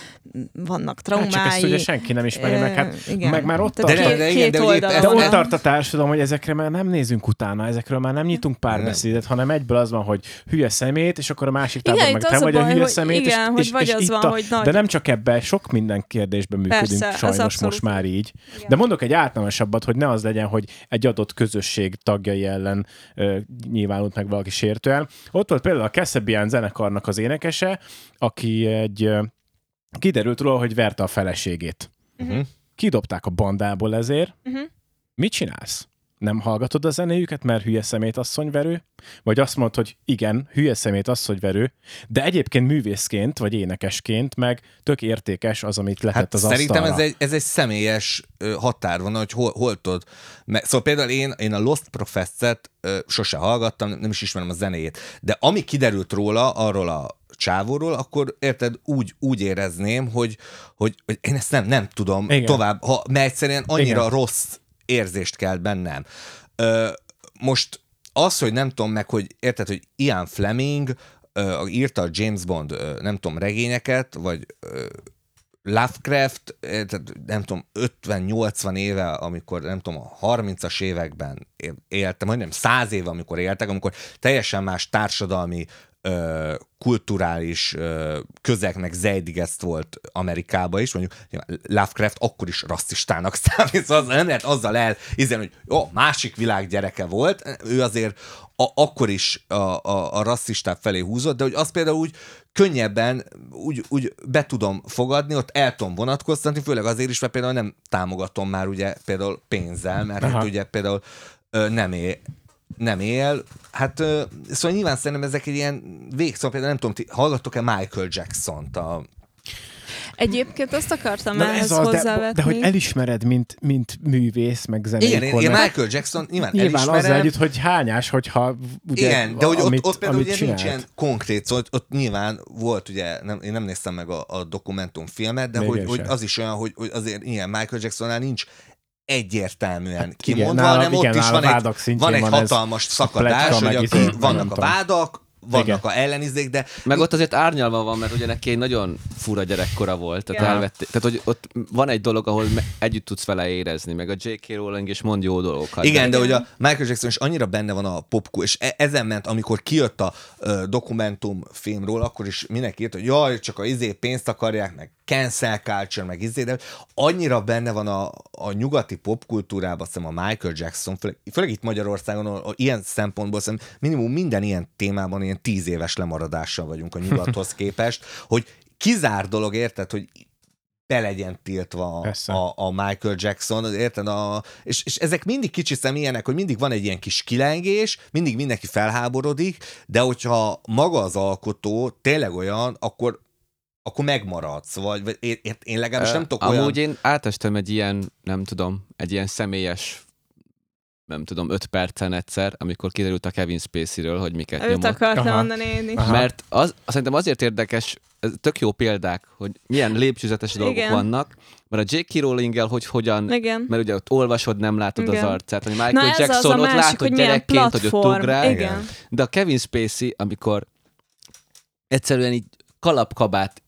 vannak traumái. Hát csak ezt ugye senki nem ismeri meg, hát igen. meg már ott De, tart, de, de, igen, de, két épp, oldala de van. ott tart a társadalom, hogy ezekre már nem nézünk utána, ezekről már nem nyitunk párbeszédet, hanem egyből az van, hogy hülye szemét, és akkor a másik táborban meg te vagy a hülye szemét, igen, és, hogy és, vagy és az itt van, a, hogy nagy... de nem csak ebben, sok minden kérdésben működünk Persze, sajnos most már így. Igen. De mondok egy általánosabbat, hogy ne az legyen, hogy egy adott közösség tagjai ellen ö, nyilvánult meg valaki sértően. Ott volt például a Kasabian zenekarnak az énekese, aki egy ö, kiderült róla, hogy verte a feleségét. Uh-huh. Kidobták a bandából ezért. Uh-huh. Mit csinálsz? Nem hallgatod a zenéjüket, mert hülye szemét asszonyverő? Vagy azt mondod, hogy igen, hülye szemét asszonyverő, de egyébként művészként, vagy énekesként meg tök értékes az, amit letett Hát az szerintem asztalra. ez egy, ez egy személyes ö, határvonal, hogy hol, hol tudod. Mert, szóval például én, én a Lost Professor-t ö, sose hallgattam, nem is ismerem a zenéjét, de ami kiderült róla, arról a csávóról, akkor érted, úgy, úgy érezném, hogy, hogy, hogy én ezt nem, nem tudom Igen. tovább, ha, mert egyszerűen annyira Igen. rossz érzést kelt bennem. Ö, most az, hogy nem tudom meg, hogy érted, hogy Ian Fleming ö, írta a James Bond, ö, nem tudom, regényeket, vagy ö, Lovecraft, érted, nem tudom, ötven-nyolcvan éve, amikor nem tudom, a harmincas években éltem, vagy nem, száz éve, amikor éltek, amikor teljesen más társadalmi Ö, kulturális ö, közegnek Zeitgeist volt Amerikában is, mondjuk Lovecraft akkor is rasszistának számít, szóval nem lehet azzal elhiszem, hogy jó, másik világ gyereke volt, ő azért a, akkor is a, a, a rasszisták felé húzott, de hogy azt például úgy könnyebben úgy, úgy be tudom fogadni, ott el tudom vonatkoztatni, főleg azért is, mert például nem támogatom már ugye például pénzzel, mert hát ugye például ö, nem él nem él. Hát szóval nyilván szerintem ezek egy ilyen vég, szóval például nem tudom, ti hallgattok-e Michael Jackson-t? A... Egyébként azt akartam Na ehhez ez az, hozzávetni. de, de hogy elismered, mint, mint művész, meg zenékor. Igen, én, én Michael Jackson nyilván, nyilván elismerem. azzal együtt, hogy hányás, hogyha ugye, igen, de hogy amit, ott, ott például ugye csinált. nincs ilyen konkrét, szóval ott, ott nyilván volt, ugye, nem, én nem néztem meg a, a dokumentumfilmet, de hogy, hogy az is olyan, hogy, hogy azért ilyen Michael Jacksonnál nincs egyértelműen hát kimondva, nála, hanem igen, ott is van egy, van egy van hatalmas szakadás, hogy a, izé, vannak a vádak, vannak igen. a ellenizék, de... Meg ott azért árnyalva van, mert ugye neki egy nagyon fura gyerekkora volt, tehát ja. elvették. Tehát, hogy ott van egy dolog, ahol együtt tudsz vele érezni, meg a jé ká. Rowling is mond jó dolgokat. Igen, de, de hogy a Michael Jackson is annyira benne van a popkú, és ezen ment, amikor kijött a uh, dokumentumfilmről, akkor is mindenki írt, hogy jaj, csak a izé pénzt akarják, meg cancel culture, meg izé, de annyira benne van a, a nyugati popkultúrában, szerintem a Michael Jackson, főleg, főleg itt Magyarországon, a, a, ilyen szempontból szerintem minimum minden ilyen témában ilyen tíz éves lemaradással vagyunk a nyugathoz képest, hogy kizár dolog, érted, hogy be legyen tiltva a, a, a Michael Jackson, érted? A, és, és ezek mindig kicsit szem ilyenek, hogy mindig van egy ilyen kis kilengés, mindig mindenki felháborodik, de hogyha maga az alkotó tényleg olyan, akkor akkor megmaradsz, vagy, vagy én, én legalábbis nem tudok olyan... Amúgy én átestem egy ilyen, nem tudom, egy ilyen személyes, nem tudom, öt percen egyszer, amikor kiderült a Kevin Spacey-ről, hogy miket Őt nyomott. akartam Aha. mondani én is. Aha. Mert az, szerintem azért érdekes, ez tök jó példák, hogy milyen lépcsőzetes dolgok Igen. vannak, mert a jé ká. Rowling-gel hogy hogyan, Igen. mert ugye ott olvasod, nem látod Igen. az arcát, hogy Michael Na ez Jackson az a ott másik, látod hogy milyen gyerekként, hogy ott platform. ugrál, Igen. de a Kevin Spacey, amikor egyszerűen így kalapkabát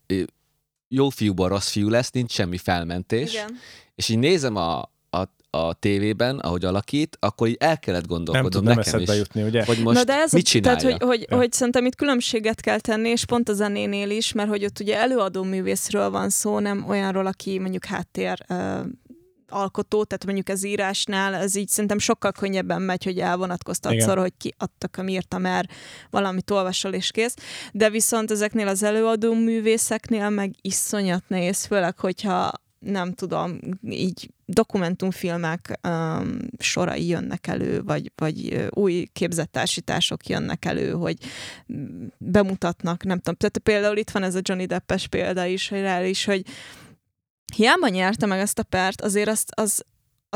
jó fiúban rossz fiú lesz, nincs semmi felmentés, Igen. és így nézem a, a, a tévében, ahogy alakít, akkor így el kellett Nem gondolkodnom tud nem nekem is, eszedbe jutni, ugye? hogy most Na de ez mit a, csinálja. tehát, hogy, hogy, Ja. hogy szerintem itt különbséget kell tenni, és pont a zenénél is, mert hogy ott ugye előadó művészről van szó, nem olyanról, aki mondjuk háttér uh, alkotó, tehát mondjuk az írásnál ez így szerintem sokkal könnyebben megy, hogy elvonatkoztatsz Igen. arra, hogy ki a tököm írta, mert valamit olvasol és kész. De viszont ezeknél az előadó művészeknél meg iszonyat nehéz, főleg, hogyha nem tudom, így dokumentumfilmek um, sorai jönnek elő, vagy, vagy uh, új képzettársítások jönnek elő, hogy bemutatnak, nem tudom. Tehát például itt van ez a Johnny Deppes példa is, hogy rá is, hogy hiába nyerte meg ezt a pert, azért azt, az, az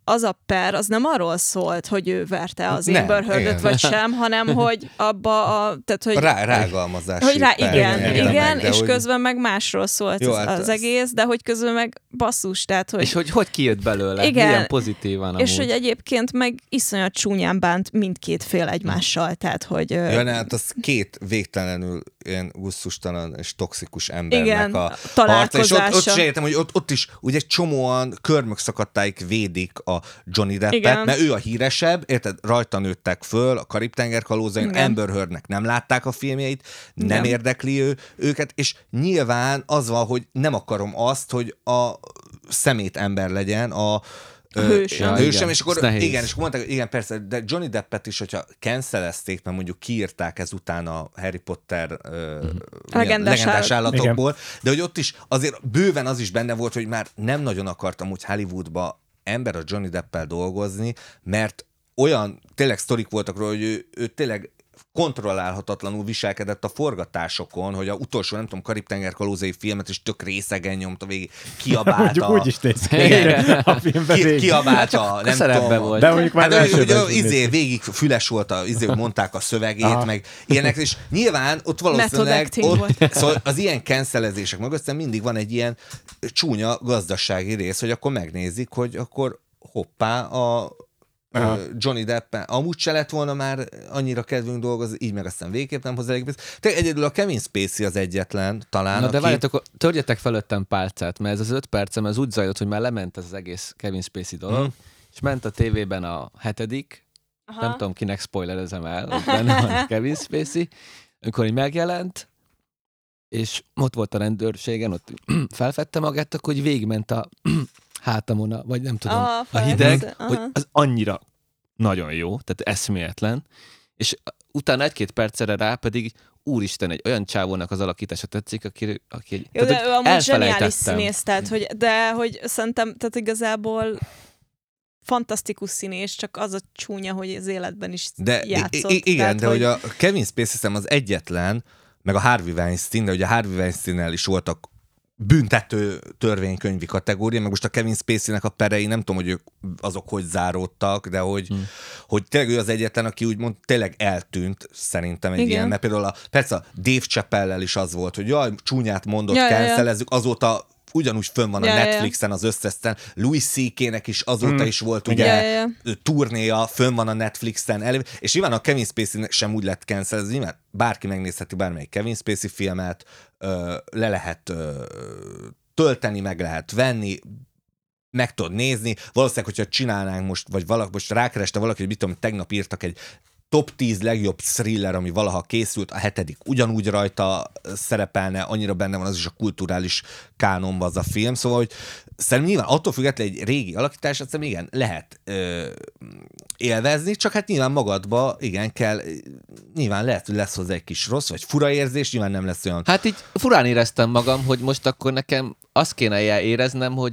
az a per, az nem arról szólt, hogy ő verte az Nem, Amber Heardot igen. vagy sem, hanem hogy abba a... Tehát, hogy, Rá, rágalmazási hogy rá, per, igen, meg, igen, meg, de és hogy- közben meg másról szólt Jó, az, hát az ez- egész, de hogy közben meg basszus, tehát, hogy... És hogy hogy kijött belőle? Igen. Milyen pozitívan amúgy. És hogy egyébként meg iszonyat csúnyán bánt mindkét fél egymással, tehát hogy... ö, Ja, ne, hát az két végtelenül ilyen gusztustalan és toxikus embernek Igen, a találkozása. harca. És ott, ott se értem, hogy ott, ott is ugye egy csomóan körmökszakadtáig védik a Johnny Deppet, Igen. mert ő a híresebb, érted, rajta nőttek föl a Karib-tenger kalózain, Igen. Amber Heardnek nem látták a filmjeit, nem Nem. érdekli ő, őket, és nyilván az van, hogy nem akarom azt, hogy a szemét ember legyen a A hősöm. Ja, Ja, hősöm, igen. és akkor Ez nehéz. igen, és akkor mondták, hogy igen, persze, de Johnny Deppet is, hogyha cancelezték, mert mondjuk kiírták ezután a Harry Potter uh, Legendás legendás állat. állatokból, de hogy ott is azért bőven az is benne volt, hogy már nem nagyon akartam úgy Hollywoodba ember a Johnny Deppel dolgozni, mert olyan tényleg sztorik voltak róla, hogy ő, ő tényleg kontrollálhatatlanul viselkedett a forgatásokon, hogy a utolsó, nem tudom, Karib-tenger kalózai filmet is tök részegen nyomta végig, kiabálta. Mondjuk úgy is néz ki Igen. a filmben Ki, végig. kiabálta, nem szerepben tudom. volt. De mondjuk már Hát az ő, elsőben ugye, is úgy néz izé, ki. végig füles volt, a, izé, hogy mondták a szövegét, Aha. meg ilyenek, és nyilván ott Method valószínűleg acting ott, volt. szóval az ilyen cancelezések mögött aztán mindig van egy ilyen csúnya gazdasági rész, hogy akkor megnézik, hogy akkor hoppá, a Aha. ö, Johnny Depp amúgy se lett volna már annyira kedvünk dolgozni, így meg aztán végképp nem hozzá elég pénzt. Te egyedül a Kevin Spacey az egyetlen, talán. Na de aki... várjatok, törjetek felőttem pálcát, mert ez az öt percem, ez úgy zajlott, hogy már lement ez az egész Kevin Spacey dolog, Mhm. és ment a tévében a hetedik, Aha. nem tudom, kinek spoilerezem el, hogy benne van Kevin Spacey, amikor így megjelent, és ott volt a rendőrségen, ott felfedte magát, akkor hogy végigment a hátamon, a- vagy nem tudom, Ah, a persze, hideg, aha. hogy az annyira nagyon jó, tehát eszméletlen, és utána egy-két percre rá pedig úristen, egy olyan csávónak az alakítása tetszik, aki, aki egy, Jó, de hogy ő amúgy zseniális elfelejtettem. színész, tehát, hogy, de hogy szerintem, tehát igazából fantasztikus színész, csak az a csúnya, hogy az életben is De játszott. i- i- igen, tehát, de hogy a Kevin Spacey hiszem az egyetlen, meg a Harvey Weinstein, de ugye a Harvey Weinstein-nel is voltak büntető törvénykönyvi kategória, meg most a Kevin Spacey-nek a perei, nem tudom, hogy ők azok hogy záródtak, de hogy, hmm. hogy tényleg ő az egyetlen, aki úgymond tényleg eltűnt szerintem egy Igen. ilyen, mert például a, persze a Dave Chappelle-lel is az volt, hogy jaj, csúnyát mondott, Ja, ja, ja. cancelezzük, azóta ugyanúgy fönn van a Ja, ja, ja. Netflixen az összes sztán. Louis cé ká-nek is azóta Hmm. is volt ugye Ja, ja, ja. turnéja, fönn van a Netflixen, elő, és nyilván a Kevin Spacey sem úgy lett cancel, ez nyilván bárki megnézheti bármelyik Kevin Spacey filmet, ö, le lehet ö, tölteni, meg lehet venni, meg tudod nézni. Valószínűleg, hogyha csinálnánk most, vagy valaki, most rákereste valaki, hogy mit tudom, tegnap írtak egy top tíz legjobb thriller, ami valaha készült, a hetedik ugyanúgy rajta szerepelne, annyira benne van az is a kulturális kánonban az a film, szóval, hogy szerintem nyilván attól függetlenül egy régi alakítás, szerintem igen, lehet ö, élvezni, csak hát nyilván magadba, igen, kell, nyilván lehet, hogy lesz hozzá egy kis rossz, vagy fura érzés, nyilván nem lesz olyan. Hát így furán éreztem magam, hogy most akkor nekem azt kéne éreznem, hogy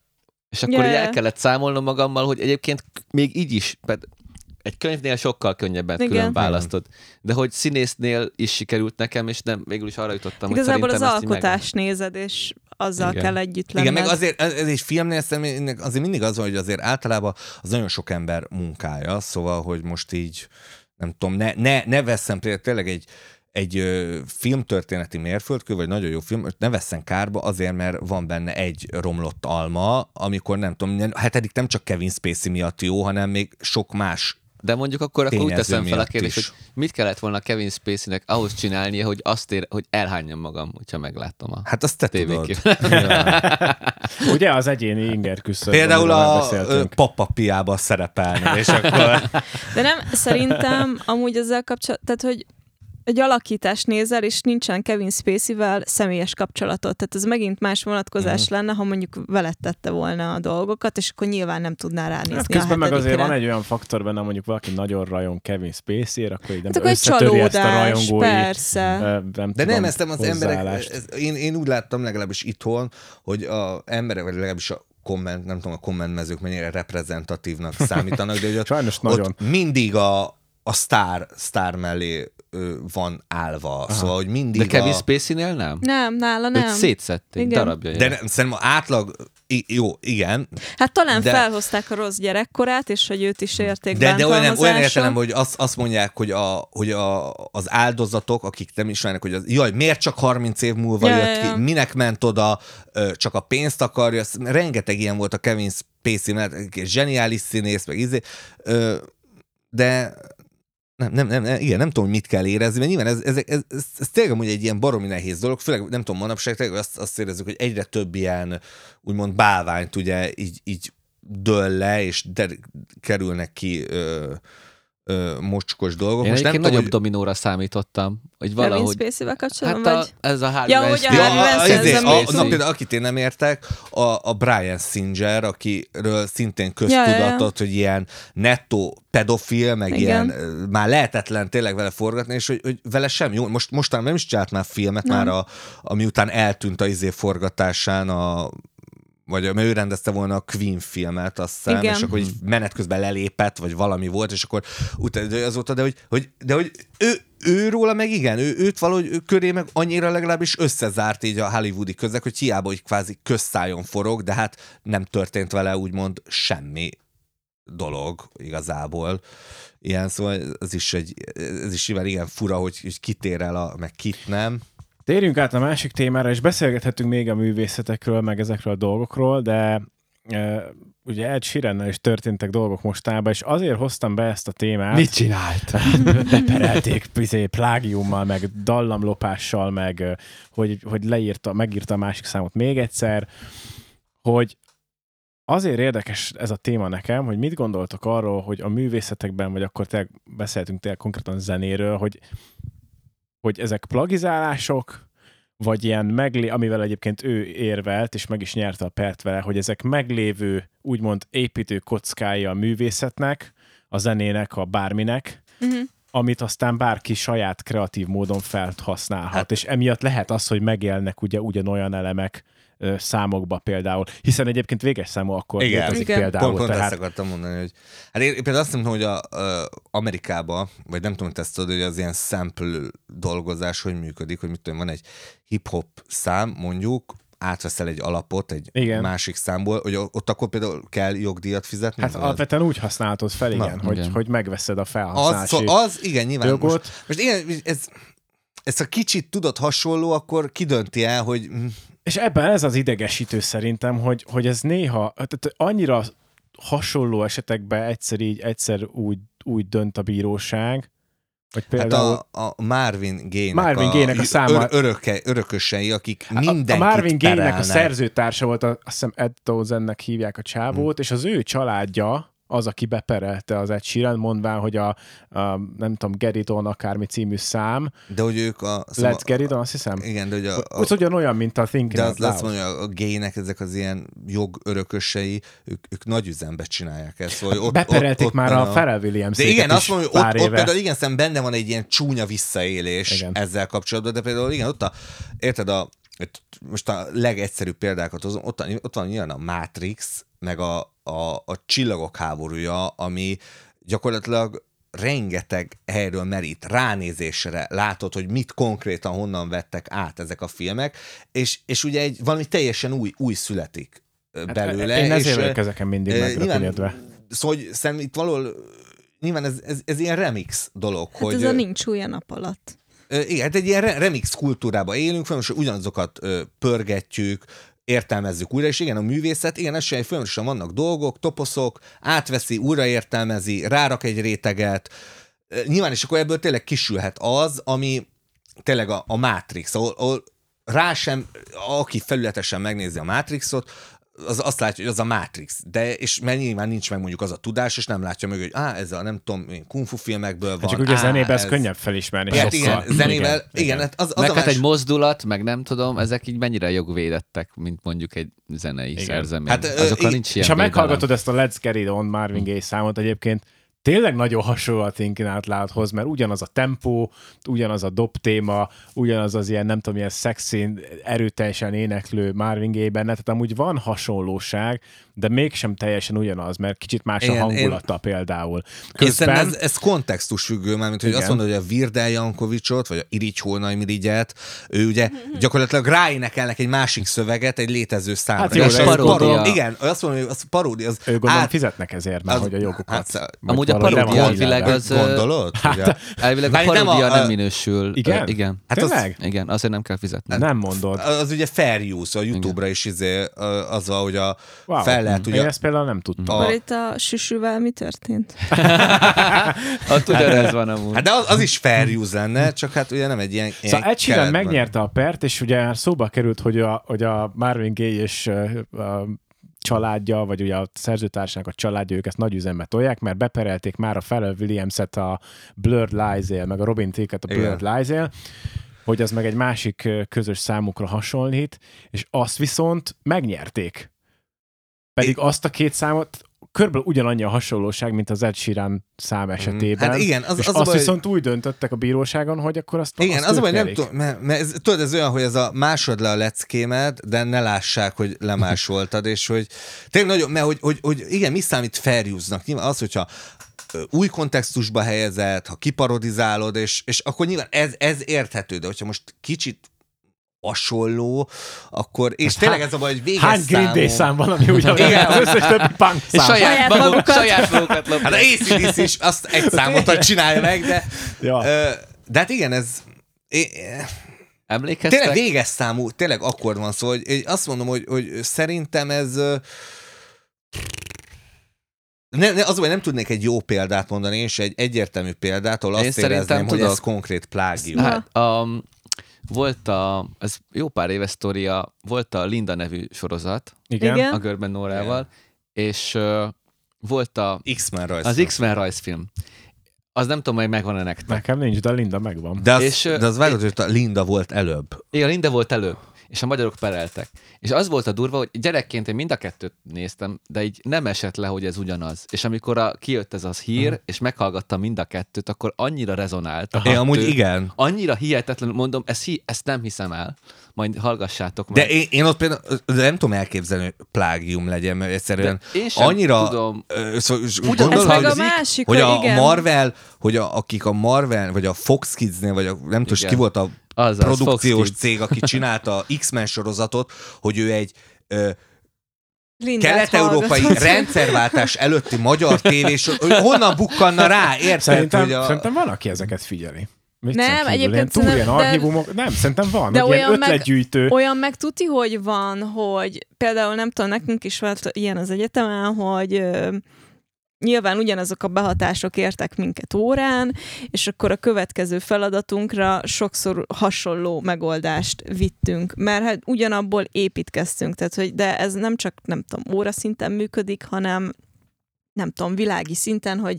és akkor Ja, így ja. el kellett számolnom magammal, hogy egyébként még így is, ped- egy könyvnél sokkal könnyebben Igen. külön választod. De hogy színésznél is sikerült nekem, és nem, végül is arra jutottam, Igazából hogy az szerintem ezt így meg- alkotást nézed, és azzal Igen. kell együtt lenned. Igen, meg azért ez egy filmnél szerintem azért mindig az van, hogy azért általában az nagyon sok ember munkája, szóval, hogy most így, nem tudom, ne, ne, ne veszem például tényleg egy, egy ö, filmtörténeti mérföldkő, vagy nagyon jó film, ne vesszen kárba azért, mert van benne egy romlott alma, amikor nem tudom, a hetedik nem csak Kevin Spacey miatt jó, hanem még sok más. De mondjuk akkor, akkor úgy Tényező teszem fel a miatt kérdést, is. hogy mit kellett volna Kevin Spacey-nek ahhoz csinálnia, hogy azt ér, hogy elhányjam magam, hogyha meglátom a Hát azt te tudod. tévéképet. Ugye az egyéni inger küszöb. Például amiről már a beszéltünk. papapiába szerepelni, és akkor... De nem, szerintem amúgy ezzel kapcsolatban, tehát, hogy egy alakítást nézel, és nincsen Kevin Spacey-vel személyes kapcsolatot. Tehát ez megint más vonatkozás Mhm. lenne, ha mondjuk veled tette volna a dolgokat, és akkor nyilván nem tudná ránézni Hát a közben meg azért hetedikre. van egy olyan faktor benne, mondjuk valaki nagyon rajon Kevin Spacey-ért, akkor így nem Hát akkor egy összetöri ezt a csalódás, rajongói persze. ö, nem De tudom, nem, ezt nem az emberek, hozzáállást. ez, én, én úgy láttam legalábbis itthon, hogy a emberek, vagy legalábbis a komment, nem tudom, a kommentmezők mennyire reprezentatívnak számítanak, de hogy ott, Sajnos nagyon. ott mindig a, a sztár, sztár mellé ö, van állva. Aha. Szóval, hogy mindig De Kevin a... Spacey-nél nem? Nem, nála Őt nem. szétszették Igen. darabjai. De nem, szerintem átlag I- jó, igen. Hát talán de... felhozták a rossz gyerekkorát, és hogy őt is érték De, de olyan, olyan értelem, bántalmazáson. hogy azt, azt mondják, hogy, a, hogy a, az áldozatok, akik nem ismernek, hogy az, jaj, miért csak harminc év múlva Ja, jött ja, ja. ki, minek ment oda, ö, csak a pénzt akarja, rengeteg ilyen volt a Kevin Spacey, mert zseniális színész, meg izé, ö, de nem, nem, nem, igen, nem tudom, mit kell érezni, mert nyilván ez, ez, ez, ez, ez tényleg amúgy egy ilyen baromi nehéz dolog, főleg nem tudom, manapság tényleg azt, azt érezzük, hogy egyre több ilyen úgymond bálványt ugye így, így dől le, és de, kerülnek ki ö, ö, mocskos dolgok. Én Most nem egyébként tudom, nagyobb hogy... dominóra számítottam, hogy Kevin valahogy... Spacey-vel kapcsolatban, Hát a, vagy? ez a Harvey Ja, hogy a Weinstein. Harvey Ja, a, Weinstein, izé, ez a, a na, Spacey. például, akit én nem értek, a, a Brian Singer, akiről szintén köztudatot, Ja, ja, ja. hogy ilyen nettó pedofil, meg Igen. ilyen ö, már lehetetlen tényleg vele forgatni, és hogy, hogy vele sem jó. Most, mostan nem is csinált már filmet, Nem. már a, a miután eltűnt a izé forgatásán a vagy mert ő rendezte volna a Queen filmet, azt hiszem, Igen. és akkor így menet közben lelépett, vagy valami volt, és akkor utána azóta, de hogy, hogy, de hogy ő, ő róla meg igen, ő, őt valahogy ő köré meg annyira legalábbis összezárt így a hollywoodi közeg, hogy hiába, hogy kvázi közszájon forog, de hát nem történt vele úgymond semmi dolog igazából. Ilyen, szóval ez is egy, ez is igen fura, hogy, hogy kitér el, a, meg kit nem. Térjünk át a másik témára, és beszélgethetünk még a művészetekről, meg ezekről a dolgokról, de e, ugye Ed Sheerannel is történtek dolgok mostában, és azért hoztam be ezt a témát. Mit csinált? Beperelték izé, plágiummal, meg dallamlopással, meg ö, hogy, hogy leírta, megírta a másik számot még egyszer, hogy azért érdekes ez a téma nekem, hogy mit gondoltok arról, hogy a művészetekben, vagy akkor tényleg beszéltünk tényleg konkrétan zenéről, hogy hogy ezek plagizálások, vagy ilyen meglé, amivel egyébként ő érvelt, és meg is nyerte a pert vele, hogy ezek meglévő, úgymond építő kockája a művészetnek, a zenének, a bárminek, Uh-huh. amit aztán bárki saját kreatív módon felhasználhat. Hát, és emiatt lehet az, hogy megélnek ugye ugyanolyan elemek ö, számokba például. Hiszen egyébként véges számú akkor Igen. létezik Igen. például. Pont, pont tehát... ezt akartam mondani, hogy hát én például azt mondom, hogy a, a Amerikában, vagy nem tudom, hogy ezt tudod, hogy az ilyen sample dolgozás hogy működik, hogy mit tudom, van egy hip-hop szám, mondjuk, átveszel egy alapot egy Igen. másik számból, hogy ott akkor például kell jogdíjat fizetni? Hát alapvetően úgy használhatod fel, igen, Na, hogy, igen. hogy megveszed a az, felhasználási szó, az, igen, nyilván. jogot. Most, most igen, ez, ez a kicsit tudod hasonló, akkor kidönti el, hogy És ebben ez az idegesítő szerintem, hogy, hogy ez néha, tehát annyira hasonló esetekben egyszer így, egyszer úgy, úgy dönt a bíróság, hogy például... hát a, a Marvin Gaye-nek Marvin a, Gaye-nek a száma- ör, öröke, örökösei, akik A, mindenkit a Marvin Gaye-nek a perelnek. szerzőtársa volt, a, azt hiszem Ed Townsendnek hívják a csávót, hmm. és az ő családja az, aki beperelte az Ed Sheeran, mondván, hogy a, a nem tudom, Get It On akármi című szám, De hogy ők a... Let's Get It On, azt hiszem. Igen, de hogy a... a Az ugyanolyan, mint a Thinking de az Out lesz Loud. mondja, a gaynek ezek az ilyen jogörökösei, ők, ők nagy üzembe csinálják ezt. Szóval, ott, Beperelték ott, már ott, a Pharrell Williams De igen, azt mondom, hogy pár ott, ott éve. például igen, szerintem benne van egy ilyen csúnya visszaélés Igen. ezzel kapcsolatban, de például igen, ott a, érted, a, most a legegyszerűbb példákat hozom, ott, ott van ilyen a Matrix, meg a, a, a Csillagok háborúja, ami gyakorlatilag rengeteg helyről merít, ránézésre látod, hogy mit konkrétan honnan vettek át ezek a filmek, és, és ugye egy valami teljesen új, új születik belőle. Én ezért és, vagyok ezeken mindig eh, megrökönyödve. Szóval hogy szerintem itt valahol nyilván ez, ez, ez ilyen remix dolog. Hát hogy, ez a nincs új a nap alatt. ö, igen, hát egy ilyen re- remix kultúrában élünk, folyamatosan ugyanazokat ö, pörgetjük, értelmezzük újra, és igen, a művészet, igen, ez sem, folyamatosan vannak dolgok, toposzok, átveszi, újraértelmezi, rárak egy réteget, nyilván, és akkor ebből tényleg kisülhet az, ami tényleg a, a Matrix, ahol, ahol rá sem, aki felületesen megnézi a Matrixot, az azt látja, hogy az a Matrix, de és mert nyilván nincs meg mondjuk az a tudás, és nem látja meg, hogy á, ez a nem tudom, kung fu filmekből van. Hát csak ugye á, zenében ez ez könnyebb felismerni. Hát sokkal. igen, zenével, igen, igen. igen hát az, az Meg a hát más... egy mozdulat, meg nem tudom, ezek így mennyire jogvédettek, mint mondjuk egy zenei Igen. szerzemény. Hát, Hát, ö, Azokkal i- nincs ilyen És ha védelem. meghallgatod ezt a Let's Get It On Marvin Gaye számot, egyébként tényleg nagyon hasonló a Thinking Out Loudhoz, mert ugyanaz a tempó, ugyanaz a dob téma, ugyanaz az ilyen, nem tudom, ilyen szexin, erőteljesen éneklő Marvin Gaye benne, tehát amúgy van hasonlóság, de mégsem teljesen ugyanaz, mert kicsit más Igen, a hangulata én... például. Közben... Ez, ez kontextus függő, mert mint hogy Igen. azt mondod, hogy a Virdel Jankovicsot, vagy a Irigy Holnai Mirigyet, ő ugye gyakorlatilag ráénekelnek egy másik szöveget egy létező számra. Hát jó, és de az paródia. paró... Igen, azt mondom, hogy az paródia. Az Ő gondolom át... fizetnek ezért már, az- hogy a jogokat. hát, vagy amúgy a valahogy paródia nem elvileg hallják. az... Gondolod? Ugye? Elvileg a Várj, nem paródia a- nem a- minősül. Igen? Ö, igen. Hát az, Tényleg? Igen, azért nem kell fizetni. Nem mondod. az ugye fair use, a YouTube-ra is izé, az van, hogy a Wow. fel lehet, Én ugye... ezt például nem tudtam. A- Akkor itt a süsűvel mi történt? Ott ugyanez van amúgy. Hát de az, az is fair use lenne, csak hát ugye nem egy ilyen... ilyen Szóval Ed Sheeran keretben. megnyerte a pert, és ugye szóba került, hogy a, hogy a Marvin Gaye és uh, a családja, vagy ugye a szerzőtársának a családja, ők ezt nagy üzembe tolják, mert beperelték már a Pharrell Williams-et a Blurred Lies-él, meg a Robin Thicke-et a Blurred Lies-él, hogy az meg egy másik ö, közös számukra hasonlít, és azt viszont megnyerték. Pedig azt a két számot körülbelül ugyanannyi a hasonlóság, mint az Ed Sheeran szám esetében. Hát igen, az, és az a azt baj, viszont úgy döntöttek a bíróságon, hogy akkor azt igen, azt az a ők baj, nem nyerik. tudom, mert, mert ez, tudod, ez olyan, hogy ez a másod le a leckémet, de ne lássák, hogy lemásoltad, és hogy tényleg nagyon, mert hogy, hogy, hogy igen, mi számít fair use-nak? Nyilván az, hogyha ö, új kontextusba helyezed, ha kiparodizálod, és, és akkor nyilván ez, ez érthető, de hogyha most kicsit hasonló, akkor, és Hát tényleg há- ez a baj, hogy véges Hány Green Day szám van, ami ugyanaz, Igen. az összes többi punk És szám. saját, Saját maguk, magukat. saját magukat Hát lopják. a á cé dé cé is azt egy számot csinálja meg, de, Ja. ö, de hát igen, ez é- Emlékeztek? tényleg véges számú, tényleg akkor van szó, hogy hogy azt mondom, hogy, hogy szerintem ez ö, ne, ne, az, hogy nem tudnék egy jó példát mondani, és egy egyértelmű példát, ahol Én azt szerintem érezném, hogy tudok. ez konkrét plágium. Hát, um, volt a, ez jó pár éves sztoria, volt a Linda nevű sorozat, Igen. Igen. a Görben Nórával, és uh, volt a, X-Men rajz. az X-Men rajzfilm. Az nem tudom, hogy megvan-e nektek. Nekem nincs, de a Linda megvan. De az, És, ö, de az vágod, hogy a Linda volt előbb. Igen, Linda volt előbb, és a magyarok pereltek. És az volt a durva, hogy gyerekként én mind a kettőt néztem, de így nem esett le, hogy ez ugyanaz. És amikor a, kijött ez az hír, uh-huh. és meghallgattam mind a kettőt, akkor annyira rezonált. a Én amúgy kettő. igen. Annyira hihetetlen, mondom, ezt, hi, ezt nem hiszem el. Majd hallgassátok meg. De én, én ott például de nem tudom elképzelni, hogy plágium legyen, mert egyszerűen De én sem annyira... tudom. Ö, Szóval, Ez gondolod, meg a hogy, másik, hogy a igen. Marvel, hogy a, akik a Marvel, vagy a Fox Kidsnél, vagy a, nem tudom, ki volt a Azaz, produkciós Fox Kids. cég, aki csinálta a X-Men sorozatot, hogy ő egy ö, Lindát kelet-európai hallgatod. rendszerváltás előtti magyar tévés, hogy honnan bukkanna rá, érted? Szerintem, hogy a... szerintem van, aki ezeket figyeli. Viccen Nem, kívül, egyébként ilyen túl ilyen szerintem- de- archívumok, nem, szerintem van, de hogy ilyen olyan meg- ötletgyűjtő. Olyan meg tuti, hogy van, hogy például nem tudom, nekünk is volt ilyen az egyetemen, hogy ö, nyilván ugyanazok a behatások értek minket órán, és akkor a következő feladatunkra sokszor hasonló megoldást vittünk, mert hát ugyanabból építkeztünk, tehát hogy de ez nem csak, nem tudom, óraszinten működik, hanem nem tudom, világi szinten, hogy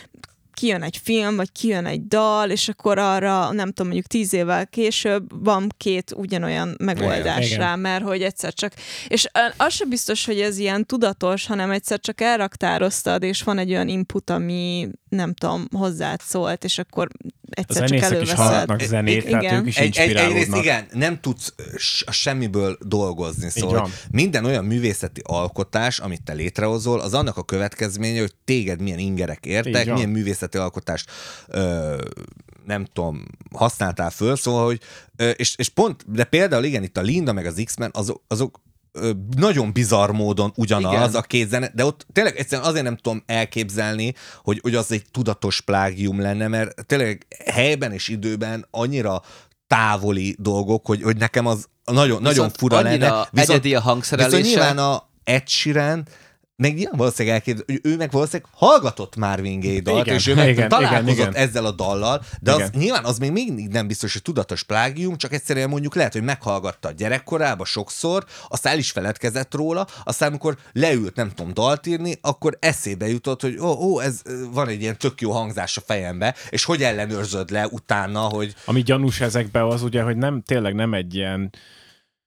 kijön egy film, vagy kijön egy dal, és akkor arra, nem tudom, mondjuk tíz évvel később van két ugyanolyan megoldás Igen. rá, mert hogy egyszer csak... És az sem biztos, hogy ez ilyen tudatos, hanem egyszer csak elraktároztad, és van egy olyan input, ami nem tudom, hozzád szólt, és akkor A egyszer csak zenészek is előveszed. hallgatnak zenét, tehát Igen. ők is Egy, egy, egyrészt inspirálódnak. igen, nem tudsz s- a semmiből dolgozni, Így szóval van. minden olyan művészeti alkotás, amit te létrehozol, az annak a következménye, hogy téged milyen ingerek Így értek, van. milyen művészeti alkotást ö, nem tudom, használtál föl, szóval, hogy ö, és, és pont, de például igen, itt a Linda meg az X-Men, azok, azok ö, nagyon bizarr módon ugyanaz Igen. a két zene, de ott tényleg egyszerűen azért nem tudom elképzelni, hogy, hogy az egy tudatos plágium lenne, mert tényleg helyben és időben annyira távoli dolgok, hogy, hogy nekem az nagyon, nagyon fura annyira lenne. Viszont, egyedi a hangszerelése. viszont nyilván a Ed Sheeran meg nyilván valószínűleg elképzel, hogy ő meg valószínűleg hallgatott Marvin Gaye dalt, Igen, és ő meg igen, találkozott igen, igen. ezzel a dallal, de az, Igen. nyilván az még mindig nem biztos, hogy tudatos plágium, csak egyszerűen mondjuk lehet, hogy meghallgatta a gyerekkorában sokszor, aztán el is feledkezett róla, aztán amikor leült, nem tudom, dalt írni, akkor eszébe jutott, hogy ó, ó, ez van egy ilyen tök jó hangzás a fejembe, és hogy ellenőrzöd le utána, hogy Ami gyanús ezekben az ugye, hogy nem, tényleg nem egy ilyen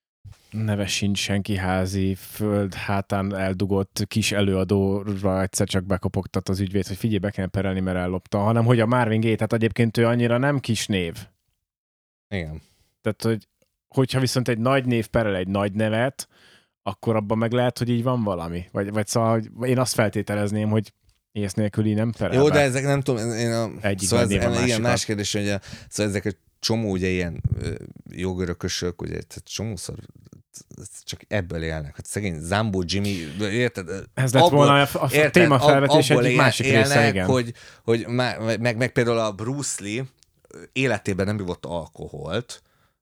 neve sincs senki házi, föld hátán eldugott kis előadóra egyszer csak bekopogtat az ügyvéd, hogy figyelj, be kell perelni, mert ellopta, hanem hogy a Marvin Gaye, tehát egyébként ő annyira nem kis név. Igen. Tehát, hogy, hogyha viszont egy nagy név perel egy nagy nevet, akkor abban meg lehet, hogy így van valami. Vagy, vagy szóval hogy én azt feltételezném, hogy ész nélkül így nem perel. Jó, be. de ezek nem tudom, én a... Egyik szóval nagy ez, név a igen, másikat. más kérdés, hogy a, szóval ezek a csomó ugye ilyen ö, jogörökösök, ugye tehát csomószor csak ebből élnek. Hát szegény Zambo Jimmy, érted? Ez lett Abból- volna a, a érted, témafelvetés abból egyik él- másik élnek, része, igen. Hogy, hogy má, meg, meg például a Bruce Lee életében nem ivott alkoholt,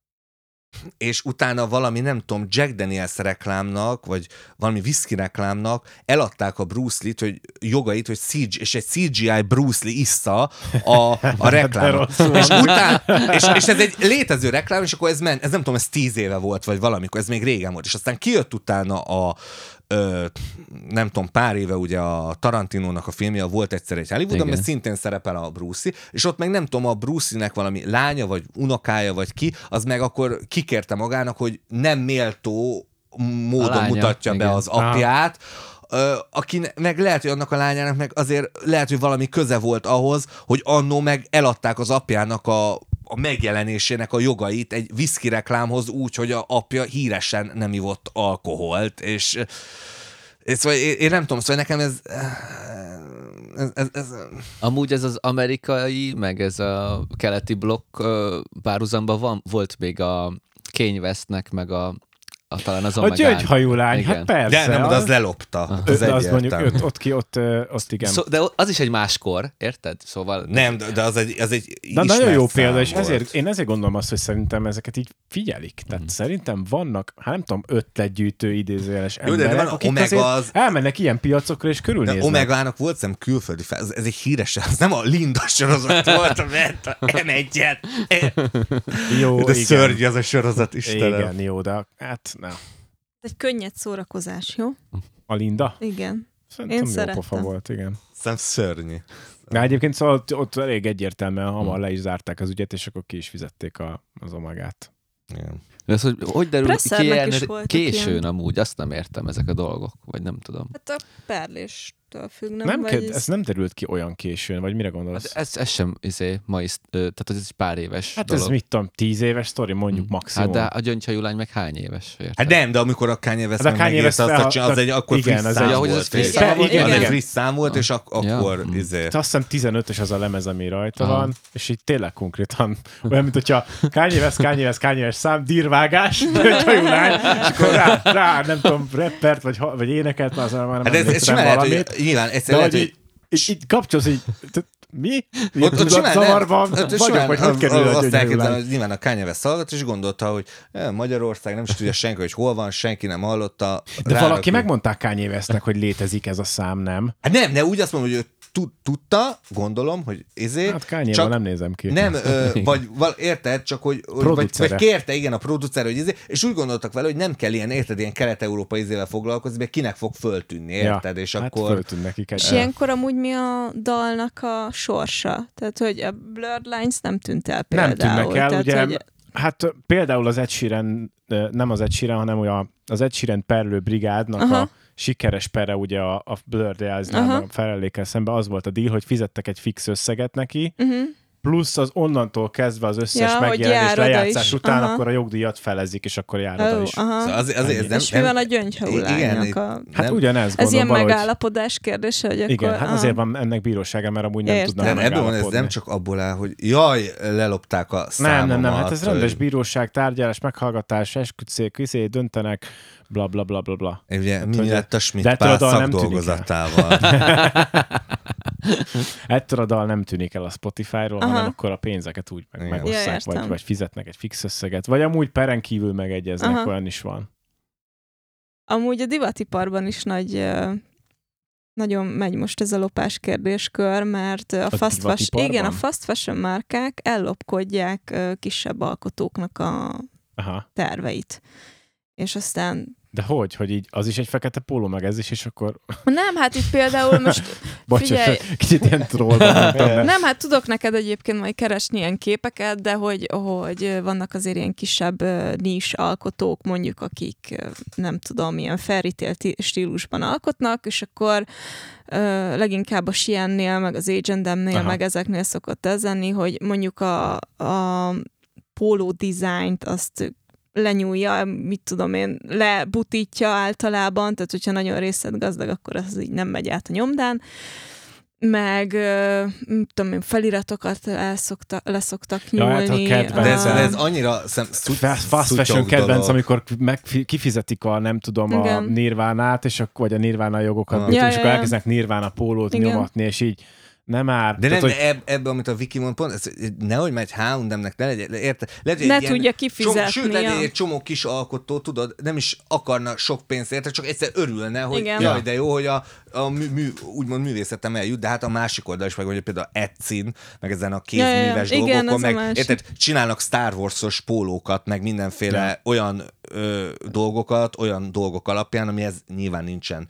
és utána valami, nem tudom, Jack Daniels reklámnak, vagy valami whisky reklámnak eladták a Bruce Lee-t, hogy jogait, hogy C G, és egy C G I Bruce Lee issza a, a reklámot. és, után, és, és ez egy létező reklám, és akkor ez ment, ez nem tudom, ez tíz éve volt, vagy valamikor, ez még régen volt, és aztán kijött utána a Ö, nem tudom, pár éve ugye a Tarantinónak a filmje, volt egyszer egy Hollywoodban, mert szintén szerepel a Bruce Lee, és ott meg nem tudom, a Bruce Lee-nek valami lánya, vagy unokája, vagy ki, az meg akkor kikérte magának, hogy nem méltó módon lánya, mutatja igen. be az apját, Ö, aki meg lehet, hogy annak a lányának meg azért lehet, hogy valami köze volt ahhoz, hogy annó meg eladták az apjának a, a megjelenésének a jogait egy whisky reklámhoz úgy, hogy a apja híresen nem ivott alkoholt, és, és szóval én, én nem tudom, szóval nekem ez, ez, ez, ez... Amúgy ez az amerikai, meg ez a keleti blokk ö, párhuzamban van, volt még a Kanye Westnek, meg a, a talán az A Omegán. gyöngyhajú lány, Igen. hát persze. De nem, de az lelopta. Az de az mondjuk egyértelmű. ott, ott ki, ott, ö, ott igen. Szó, de az is egy máskor, érted? Szóval... Nem, de az egy, az egy Na, nagyon jó ismert példa, és szám volt. ezért, én ezért gondolom azt, hogy szerintem ezeket így figyelik. Tehát Mhm. szerintem vannak, hát nem tudom, ötletgyűjtő idézőjeles Jó, de emberek, van akik Omega azért az- elmennek ilyen piacokra, és De körülnéznek. Omegának volt szem külföldi fel, ez, ez egy híres, ez nem a Linda sorozat volt, a ment a em egyet. Jó, De igen. szörnyű az a sorozat, Istenem. Igen, jó, de hát nem. Egy könnyed szórakozás, jó? A Linda? Igen. Szerintem Én jó szerettem. pofa volt, igen. Szem szörnyű. De egyébként szóval ott, ott elég egyértelműen Hmm. hamar le is zárták az ügyet, és akkor ki is fizették a, az omagát. Igen. De az, hogy, hogy derül ki Presszernek ilyen is voltak későn ilyen. amúgy, azt nem értem ezek a dolgok, vagy nem tudom. Hát a perléstől függ, nem? Nem, Vagy nem ez nem derült ki olyan későn, vagy mire gondolsz? Hát ez, ez sem izé, ma is, ö, tehát ez egy pár éves Hát dolog. ez mit tudom, tíz éves sztori, mondjuk Hm. maximum. Hát de a gyöngyhajú lány meg hány éves? Érted? Hát nem, de amikor a Kanye West Hát a Kanye megírta West azt, fel- a csin- az egy akkor igen, friss az szám egy- Ja, hogy az volt. friss és- szám volt, Az egy igen. friss szám volt, és ak- Ja. akkor Mm. izé... Hát azt hiszem tizenötös az a lemez, ami rajta Aha. van, és így tényleg konkrétan olyan, mint hogyha Kanye West, Kanye West, Kanye West szám, dirvágás, gyöngyhajú lány, és akkor rá, rá, nem tudom, rappert, vagy, ha- vagy énekelt, már az már nem Hát ez, ez emlékszem simán lehet, valamit. hogy nyilván egyszer De lehet, hogy hogy így, így, így kapcsolsz, így, tehát mi? Ott, ott simán, Zavarban nem, ott vagyok, simán vagy hogy kerül a azt gyöngyhajú elképzelem, lány? hogy nyilván a Kanye West hallgat, és gondolta, hogy eh, Magyarország nem is tudja senki, hogy hol van, senki nem hallotta. De rárakjuk. valaki megmondták Kanye Westnek, hogy létezik ez a szám, nem? Hát nem, ne úgy azt mondom, hogy ő tud, tudta, gondolom, hogy izé, Hát Kanye-val csak nem nézem ki. nem, ö, vagy val, érted, csak hogy, hogy vagy, Producere. vagy kérte, igen, a producer, hogy izé, és úgy gondoltak vele, hogy nem kell ilyen, érted, ilyen kelet-európai izével foglalkozni, mert kinek fog föltűnni, érted, és hát akkor... föltűn nekik egy... És ilyenkor amúgy mi a dalnak a sorsa? Tehát, hogy a Blurred Lines nem tűnt el Nem például. tűnnek el, Tehát, ugye, hogy hát például az Ed Sheeran, nem az Ed Sheeran, hanem olyan, az Ed Sheeran perlő brigádnak Aha. a sikeres pere ugye a, a Blurred Aha. Eyes-nál felellékkel szemben az volt a deal, hogy fizettek egy fix összeget neki, uh-huh. plusz az onnantól kezdve az összes Ja, hogy megjelenés jár oda lejátszás is. után, Aha. akkor a jogdíjat felezik, és akkor jár oda Oh, is. aha. Szóval az, azért ez nem, És mi van a gyöngyhajú Igen, lánynak itt- a... Hát nem- ugyanez Ez gondolom ilyen valahogy. megállapodás kérdése, hogy akkor... Igen, hát aha. azért van ennek bírósága, mert amúgy nem Értem. tudnának Nem, ebből van, ez megállapodni. nem csak abból áll, hogy jaj, lelopták a Nem, számomat. nem, nem, hát ez rendes hogy- bíróság, tárgyalás, meghallgatás, esküdszék, izé, döntenek, bla bla bla bla bla. Ugye, mi hogy- lett a Schmidt de Pál ettől a dal nem tűnik el. szakdolgozatával? Ettől a dal nem tűnik el a Spotify-ról, Aha. hanem akkor a pénzeket úgy meg, Igen. Ja, megosszák, értem. vagy, vagy fizetnek egy fix összeget, vagy amúgy peren kívül megegyeznek, Aha. olyan is van. Amúgy a divatiparban is nagy... ö, nagyon megy most ez a lopás kérdéskör, mert ö, a, A fast fashion, divatiparban? igen, a fast fashion márkák ellopkodják ö, kisebb alkotóknak a Aha. terveit. És aztán De hogy? Hogy így az is egy fekete póló, meg ez is, és akkor... Nem, hát itt például most Bocsánat, kicsit ilyen trollban mondtam. De... Nem, hát tudok neked egyébként majd keresni ilyen képeket, de hogy, hogy vannak azért ilyen kisebb nis alkotók, mondjuk, akik nem tudom, ilyen fairy tale stílusban alkotnak, és akkor uh, leginkább a Shein-nél, meg az H and M-nél, meg ezeknél szokott ez lenni, hogy mondjuk a, a póló dizájnt azt lenyúlja, mit tudom én, lebutítja általában, tehát hogyha nagyon részletgazdag, akkor az így nem megy át a nyomdán, meg mit tudom én, feliratokat elszokta, leszoktak nyúlni. Ja, hát de, ez, de ez annyira szem, szut, fast fashion kedvenc, amikor meg, kifizetik a, nem tudom, igen. a Nirvánát, és akkor, vagy a Nirvána jogokat, ah. ja, és ja, akkor elkezdenek Nirvána pólót igen. nyomatni, és így nem már. De nem, tehát, hogy... ebben, amit a Viki mond, pont, ez, nehogy megy há és em-nek, ne legyen, érte, lehet, ne tudja kifizetni. Csomó, sőt, legyen egy csomó kis alkotó, tudod, nem is akarna sok pénzt érte, csak egyszer örülne, hogy igen. jaj, de jó, hogy a, a mű, mű, úgymond művészetem eljut, de hát a másik oldal is meg, hogy például Etsy-n, meg ezen a kézműves ja, ja, dolgokon, meg érted, csinálnak Star Wars-os pólókat, meg mindenféle ja. olyan ö, dolgokat, olyan dolgok alapján, amihez nyilván nincsen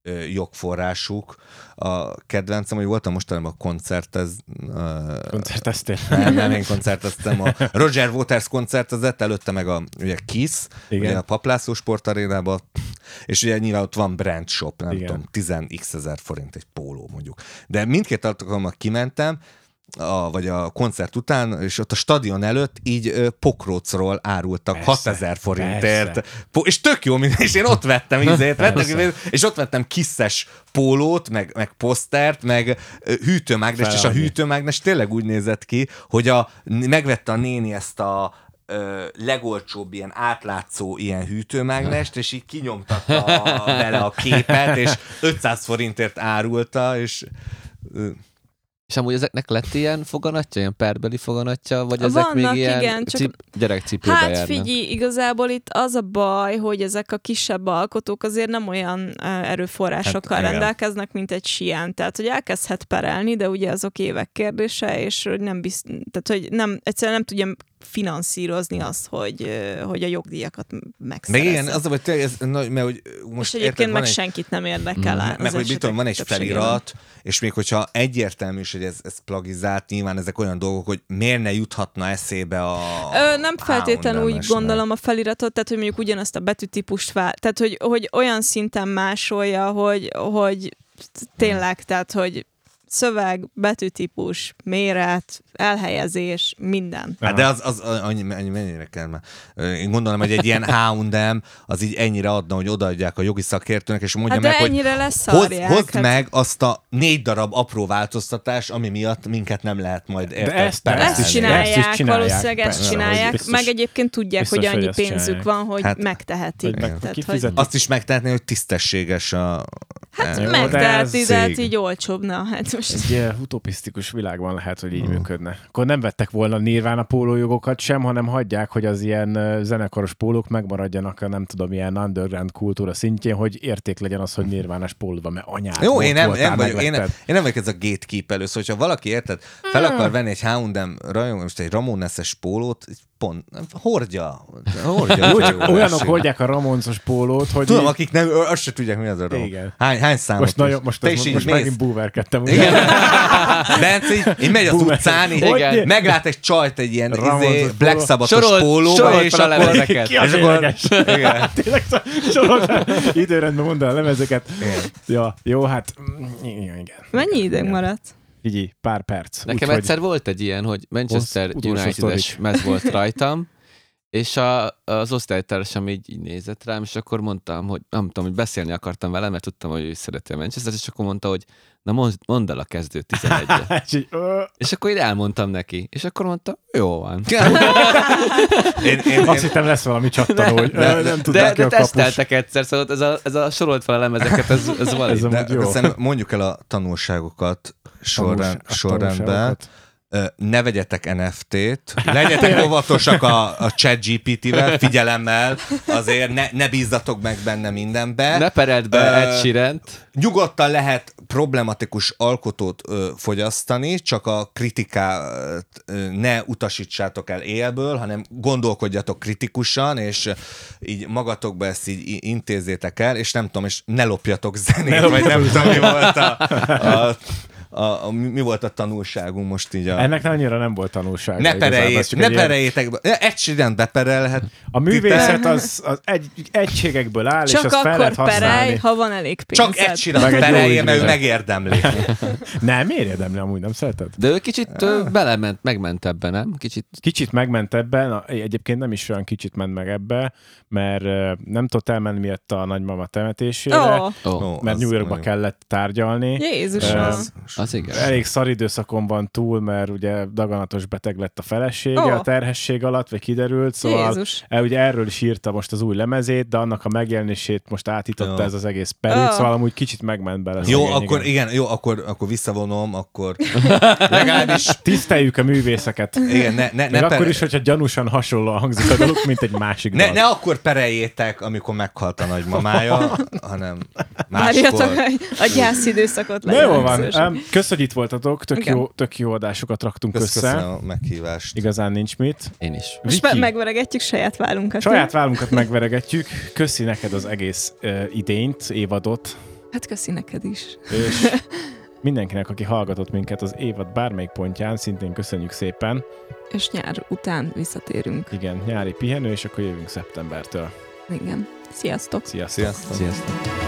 jogforrásuk. A kedvencem, hogy voltam mostanában a koncertez... Uh, Koncerteztél? Nem, nem, én koncerteztem. A Roger Waters koncertezett, előtte meg a ugye Kiss, ugye a Paplászló sportarénában, és ugye nyilván ott van brand shop, nem igen. tudom, tíz x ezer forint egy póló mondjuk. De mindkét alkalommal kimentem, a, vagy a koncert után, és ott a stadion előtt így ö, pokrócról árultak persze, hatezer forintért. Po- és tök jó, és én ott vettem ízét, vettem, és ott vettem kisszes pólót, meg, meg posztert, meg ö, hűtőmágnest, és a hűtőmágnes tényleg úgy nézett ki, hogy a, megvette a néni ezt a ö, legolcsóbb ilyen átlátszó ilyen hűtőmágnest, és így kinyomtatta vele a képet, és ötszáz forintért árulta, és... Ö, És amúgy ezeknek lett ilyen foganatja, ilyen perbeli foganatja, vagy ezek vannak, még ilyen igen, csak... cip... gyerekcipőbe hát járnak? Hát figyelj, igazából itt az a baj, hogy ezek a kisebb alkotók azért nem olyan erőforrásokkal hát, rendelkeznek, mint egy Shein. Tehát, hogy elkezdhet perelni, de ugye azok évek kérdése, és hogy nem bizt... tehát, hogy nem, egyszerűen nem tudja finanszírozni azt, hogy, hogy a jogdíjakat megszerezze. Meg igen, az a, hogy te, ez, na, mert hogy most és egyébként meg egy... senkit nem érdekel. Mm, meg hogy mit tudom, van egy felirat, és még hogyha egyértelmű is, hogy ez, ez plagizált, nyilván ezek olyan dolgok, hogy miért ne juthatna eszébe a... Ö, nem feltétlenül úgy gondolom a feliratot, tehát hogy mondjuk ugyanazt a betűtípust vál, tehát hogy, hogy olyan szinten másolja, hogy, hogy tényleg, tehát hogy szöveg, betűtípus, méret, elhelyezés, minden. Hát de az, az annyi, annyi mennyire kell már. Én gondolom, hogy egy ilyen há és em az így ennyire adna, hogy odaadják a jogi szakértőnek, és mondja hát meg, de hogy ennyire leszarják, hozd hát... meg azt a négy darab apró változtatás, ami miatt minket nem lehet majd érted. De ezt, ezt, ezt csinálják, ezt csinálják, valószínűleg ezt persze, csinálják, biztos, meg egyébként tudják, biztos, hogy annyi hogy pénzük csinálják. van, hogy hát, megtehetik. Hogy meg, tehát, hogy... Azt is megtehetné, hogy tisztességes a... Hát jó, megteheti, de hát így olcsóbbna. Hát most... Egy utopisztikus világban lehet, hogy így hmm. működne. Akkor nem vettek volna Nirvana pólójogokat sem, hanem hagyják, hogy az ilyen zenekaros pólók megmaradjanak a nem tudom, ilyen underground kultúra szintjén, hogy érték legyen az, hogy Nirvánás pólód van, mert anyád jó, volt, én nem, voltál, nem vagyok, én, nem, én nem vagyok ez a gatekeeper először, hogyha valaki érted, fel akar venni egy há és em rajong, most egy Ramones-es pólót, pont, hordja. hordja jó, csak olyanok hordják a Ramonsos pólót, hogy... Tudom, így... akik nem, azt se tudják, mi az a Ramon. Hány, hány számot? Most, nagyon, most, az, most, most megint búverkedtem. Igen. Bence így, így megy az utcán, így meglát egy csajt egy ilyen izé, Black Sabbath-os pólóba, és akkor... lemezeket. És akkor... Igen. Tényleg sorolt időrendben mondd el a lemezeket. Ja, jó, hát... Igen. Mennyi időnk maradt? Így, pár perc. Nekem úgy, egyszer hogy... volt egy ilyen, hogy Manchester United-es mez volt rajtam, és a, az osztálytársam így, így nézett rám, és akkor mondtam, hogy nem tudom, hogy beszélni akartam vele, mert tudtam, hogy ő szereti a Manchester, és akkor mondta, hogy na mondd el a kezdő tizenegyet. És akkor így elmondtam neki, és akkor mondta, jó van. én, én, Azt hittem lesz valami csattanó, hogy de, nem tudták de, de teszteltek egyszer, szóval ez a, ez a sorolt fel a lemezeket, ez, ez valami. De, de mondjuk el a tanulságokat sorrend, sorrendben. ne vegyetek en ef té-t, legyetek óvatosak a, a ChatGPT-vel, figyelemmel, azért ne, ne bízzatok meg benne mindenbe. Ne pereld be uh, Ed Sheerant. Nyugodtan lehet problematikus alkotót ö, fogyasztani, csak a kritikát ö, ne utasítsátok el élből, hanem gondolkodjatok kritikusan, és így magatokba ezt így intézzétek el, és nem tudom, és ne lopjatok zenét, ne vagy nem tudom, mi volt a, a A, a, mi volt a tanulságunk most így a... Ennek annyira nem volt tanulság. Ne, pereljét, ne pereljétek, egy Sheeran beperelhet. A művészet az, az egy, egységekből áll, csak és azt fel lehet használni. Csak akkor perelj, ha van elég pénzed. Csak egy Sheeran perelje, mert ő megérdemli. Nem, miért érdemli, amúgy nem szereted? De ő kicsit uh, belement, megment ebbe, nem? Kicsit... Kicsit megment ebben, egyébként nem is olyan kicsit ment meg ebbe, mert nem tudott elmenni miatt a nagymama temetésére, oh. Oh, mert New Yorkba kellett tárgyalni. Jézusom. Uh, Az igen. Elég szar időszakon van túl, mert ugye daganatos beteg lett a felesége oh. a terhesség alatt, vagy kiderült, szóval el, ugye erről is írta most az új lemezét, de annak a megjelenését most átította oh. ez az egész perút, oh. szóval amúgy kicsit megment bele. Jó, szegény, akkor igen, igen jó, akkor, akkor visszavonom, akkor legalábbis... Tiszteljük a művészeket. Igen, ne, ne, ne akkor per... is, hogyha gyanúsan hasonlóan hangzik a dolog, mint egy másik ne, ne akkor pereljétek, amikor meghalt a nagymamája, hanem máskor. A gyász időszakot le. Jó van, köszönjük, hogy itt voltatok, tök jó, tök jó adásokat raktunk Kösz, össze. Köszönöm a meghívást. Igazán nincs mit. Én is. Most me- megveregetjük saját vállunkat. Saját vállunkat megveregetjük. Köszi neked az egész uh, idényt, évadot. Hát köszi neked is. És mindenkinek, aki hallgatott minket az évad bármelyik pontján, szintén köszönjük szépen. És nyár után visszatérünk. Igen, nyári pihenő, és akkor jövünk szeptembertől. Igen. Sziasztok! Sziasztok! Sziasztok! Sziasztok.